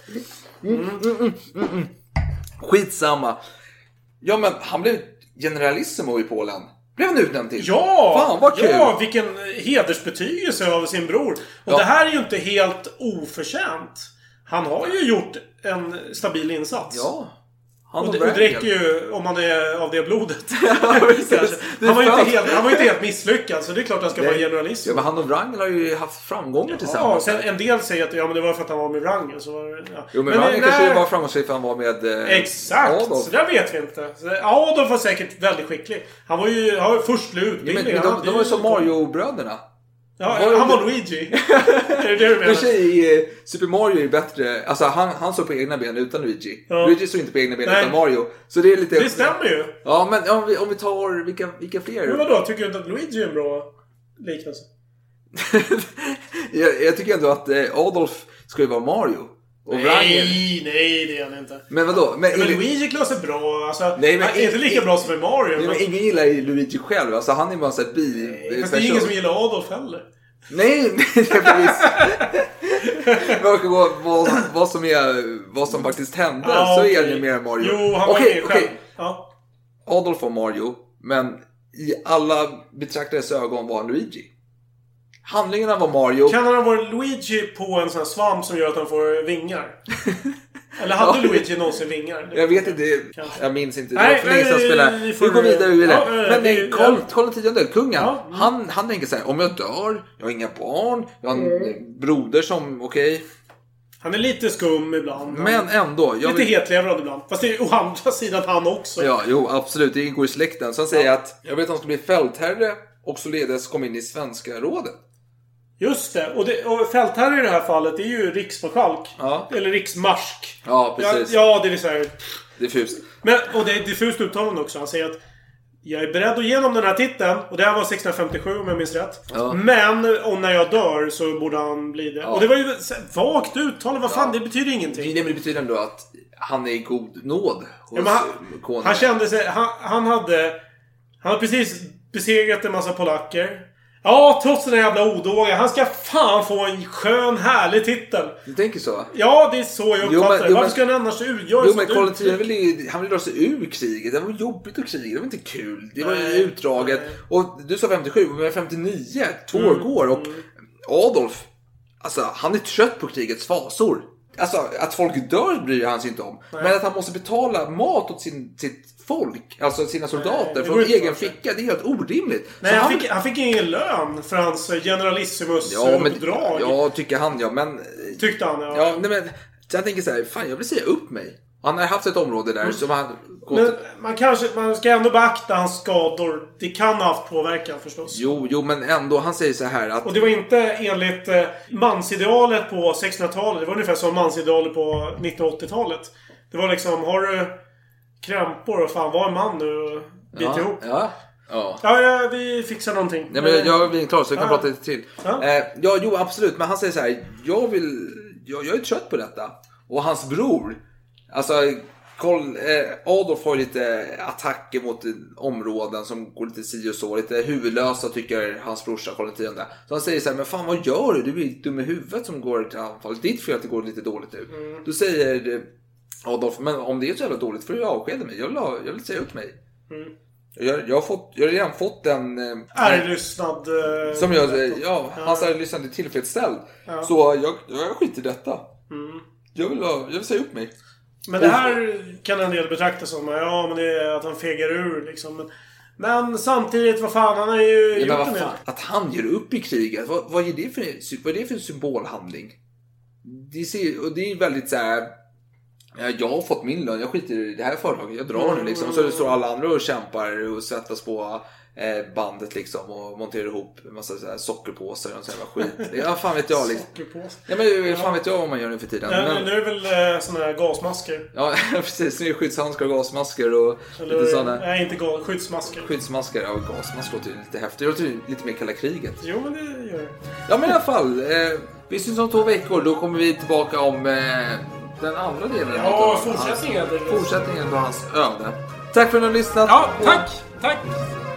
J: Skitsamma. Ja, men han blev generalissimo i Polen. Blev han utnämnd till?
G: Ja!
J: Fan, vad kul!
G: Ja, vilken hedersbetygelse av sin bror. Och det här är ju inte helt oförtjänt. Han har ju gjort en stabil insats.
J: Ja.
G: Och det räcker ju om man är av det blodet. Han var inte helt misslyckad, så det är klart att han ska vara generalist.
J: Ja, men han och Wrangel har ju haft framgångar tillsammans.
G: Ja, sen en del säger att men det var för att han var med Wrangel.
J: Jo, men Wrangel kanske var framgångsrik för att han var med
G: exakt, Adolf. Så det vet vi inte. Adolf var säkert väldigt skicklig. Han var ju förstlig utbildning.
J: Men de var ju som Mario-bröderna.
G: Ja, han var Luigi. Är det du menar?
J: I Super Mario är bättre. Alltså han står på egna ben utan Luigi. Luigi står inte på egna ben utan Mario. Så det är lite.
G: Det stämmer ju.
J: Ja, men om vi tar vilka fler.
G: Men vadå? Tycker du inte att Luigi är en bra liknelse?
J: jag tycker ändå att Adolf ska ju vara Mario. Och Ryan.
G: Nej, det är han inte.
J: Men vadå?
G: Men Luigi klarar sig bra. Alltså, nej, men, han är inte lika bra som Mario.
J: Nej, men ingen gillar ju Luigi själv. Alltså, han är bara en sån här
G: fast det är ingen som gillar Adolf heller.
J: Nej, man kan gå vad som faktiskt hände, så okay. Är det mer Mario.
G: Jo, han var med själv. Ja.
J: Adolf var Mario, men i alla betraktares ögon var han Luigi. Handlingarna var Mario.
G: Kan han ha varit Luigi på en sån här svamp som gör att han får vingar? Eller hade Luigi någonsin vingar?
J: Jag vet inte. Kanske. Jag minns inte. Nej, vi går vidare. Men Karl X, kungen. Ja. Han tänker så här: om jag dör, jag har inga barn, jag har en broder som, okej.
G: Han är lite skum ibland.
J: Men ändå.
G: Lite hetlevrad ibland. Fast det är å andra sidan han också.
J: Ja, jo, absolut. Det ingår i släkten. Så han säger att jag vet att han ska bli fältherre och således kom in i svenska rådet.
G: Just det. Och fältherre i det här fallet är ju riksmarskalk.
J: Ja.
G: Eller riksmarsk.
J: Ja, precis.
G: Ja, det vill säga.
J: Diffust.
G: Och det är diffust uttalande också. Han säger att jag är beredd att ge honom den här titeln. Och det här var 1657 om jag minns rätt. Ja. Men när jag dör så borde han bli det. Ja. Och det var ju vagt uttalande. Vad fan, det betyder ingenting.
J: Nej, men det betyder ändå att han är i god nåd hos konungen.
G: Han kände sig... Han hade precis besegrat en massa polacker. Ja, trots den här jävla odåga. Han ska fan få en skön, härlig titel.
J: Du tänker så?
G: Ja, det är så jag uppfattar det. Varför ska han annars göra så?
J: Men Karl X han vill dra sig ur kriget. Det var jobbigt att kriga. Det var inte kul. Det var utdraget. Nej. Och du sa 57, men 59. 2 år går. Och Adolf, alltså, han är trött på krigets fasor. Alltså, att folk dör bryr han sig inte om. Nej. Men att han måste betala mat åt sitt folk, alltså sina soldater, från egen ficka, det är helt orimligt.
G: Nej, han fick ingen lön för hans generalissimus uppdrag.
J: Ja, tycker han, ja, men...
G: Tyckte han, ja.
J: Ja, nej, men jag tänker så här, fan, jag vill säga upp mig. Han har haft ett område där som han...
G: Men man ska ändå beakta hans skador. Det kan ha haft påverkan förstås.
J: Jo, men ändå, han säger så här att...
G: Och det var inte enligt mansidealet på 1600-talet. Det var ungefär som mansidealet på 1980-talet. Det var liksom, har du krämpor och fan, var en man nu och bit ihop. Ja, vi fixar någonting.
J: Nej, men jag är klar så vi kan prata lite till. Jo, absolut. Men han säger så här, jag är trött på detta. Och hans bror, alltså Adolf har lite attacker mot områden som går lite si och så, lite huvudlösa tycker hans brorsa Karl X. Så han säger så här, men fan, vad gör du? Du blir dum i huvudet som går till anfall. Ditt fel att det går lite dåligt ut. Då säger Adolf, men om det är så jävla dåligt får du avskeda mig. Jag vill säga upp mig. Jag har redan fått en
G: ärlyssnad
J: som hans ärlyssnad är tillfredsställd. Så jag skiter i detta. Jag vill säga upp mig.
G: Men det här kan en del betrakta som men det är att han fegar ur liksom. Men samtidigt, vad fan, han har ju gjort en del.
J: Att han ger upp i kriget, vad är det för symbolhandling? Det är väldigt så här. Jag har fått min lön, jag skiter i det här företaget, jag drar nu liksom. Så det står alla andra och kämpar och svettas på bandet liksom och monterar ihop en massa så här sockerpåsar och sån här skit. Ja, fan vet jag liksom. Ja, men fan vet jag vad man gör nu för tiden.
G: Men nu är det väl såna här gasmasker.
J: Ja, precis. Nu är det skyddshandskar och gasmasker och lite sådana.
G: Nej, inte skyddsmasker.
J: Skyddsmasker, ja, gasmasker låter lite häftigt. Det låter lite mer kalla kriget.
G: Jo, men det gör det.
J: Ja, men i alla fall. Vi syns om 2 veckor, då kommer vi tillbaka om den andra delen.
G: Ja, fortsättningen
J: på hans öde. Tack för att ni har lyssnat.
G: Ja, tack.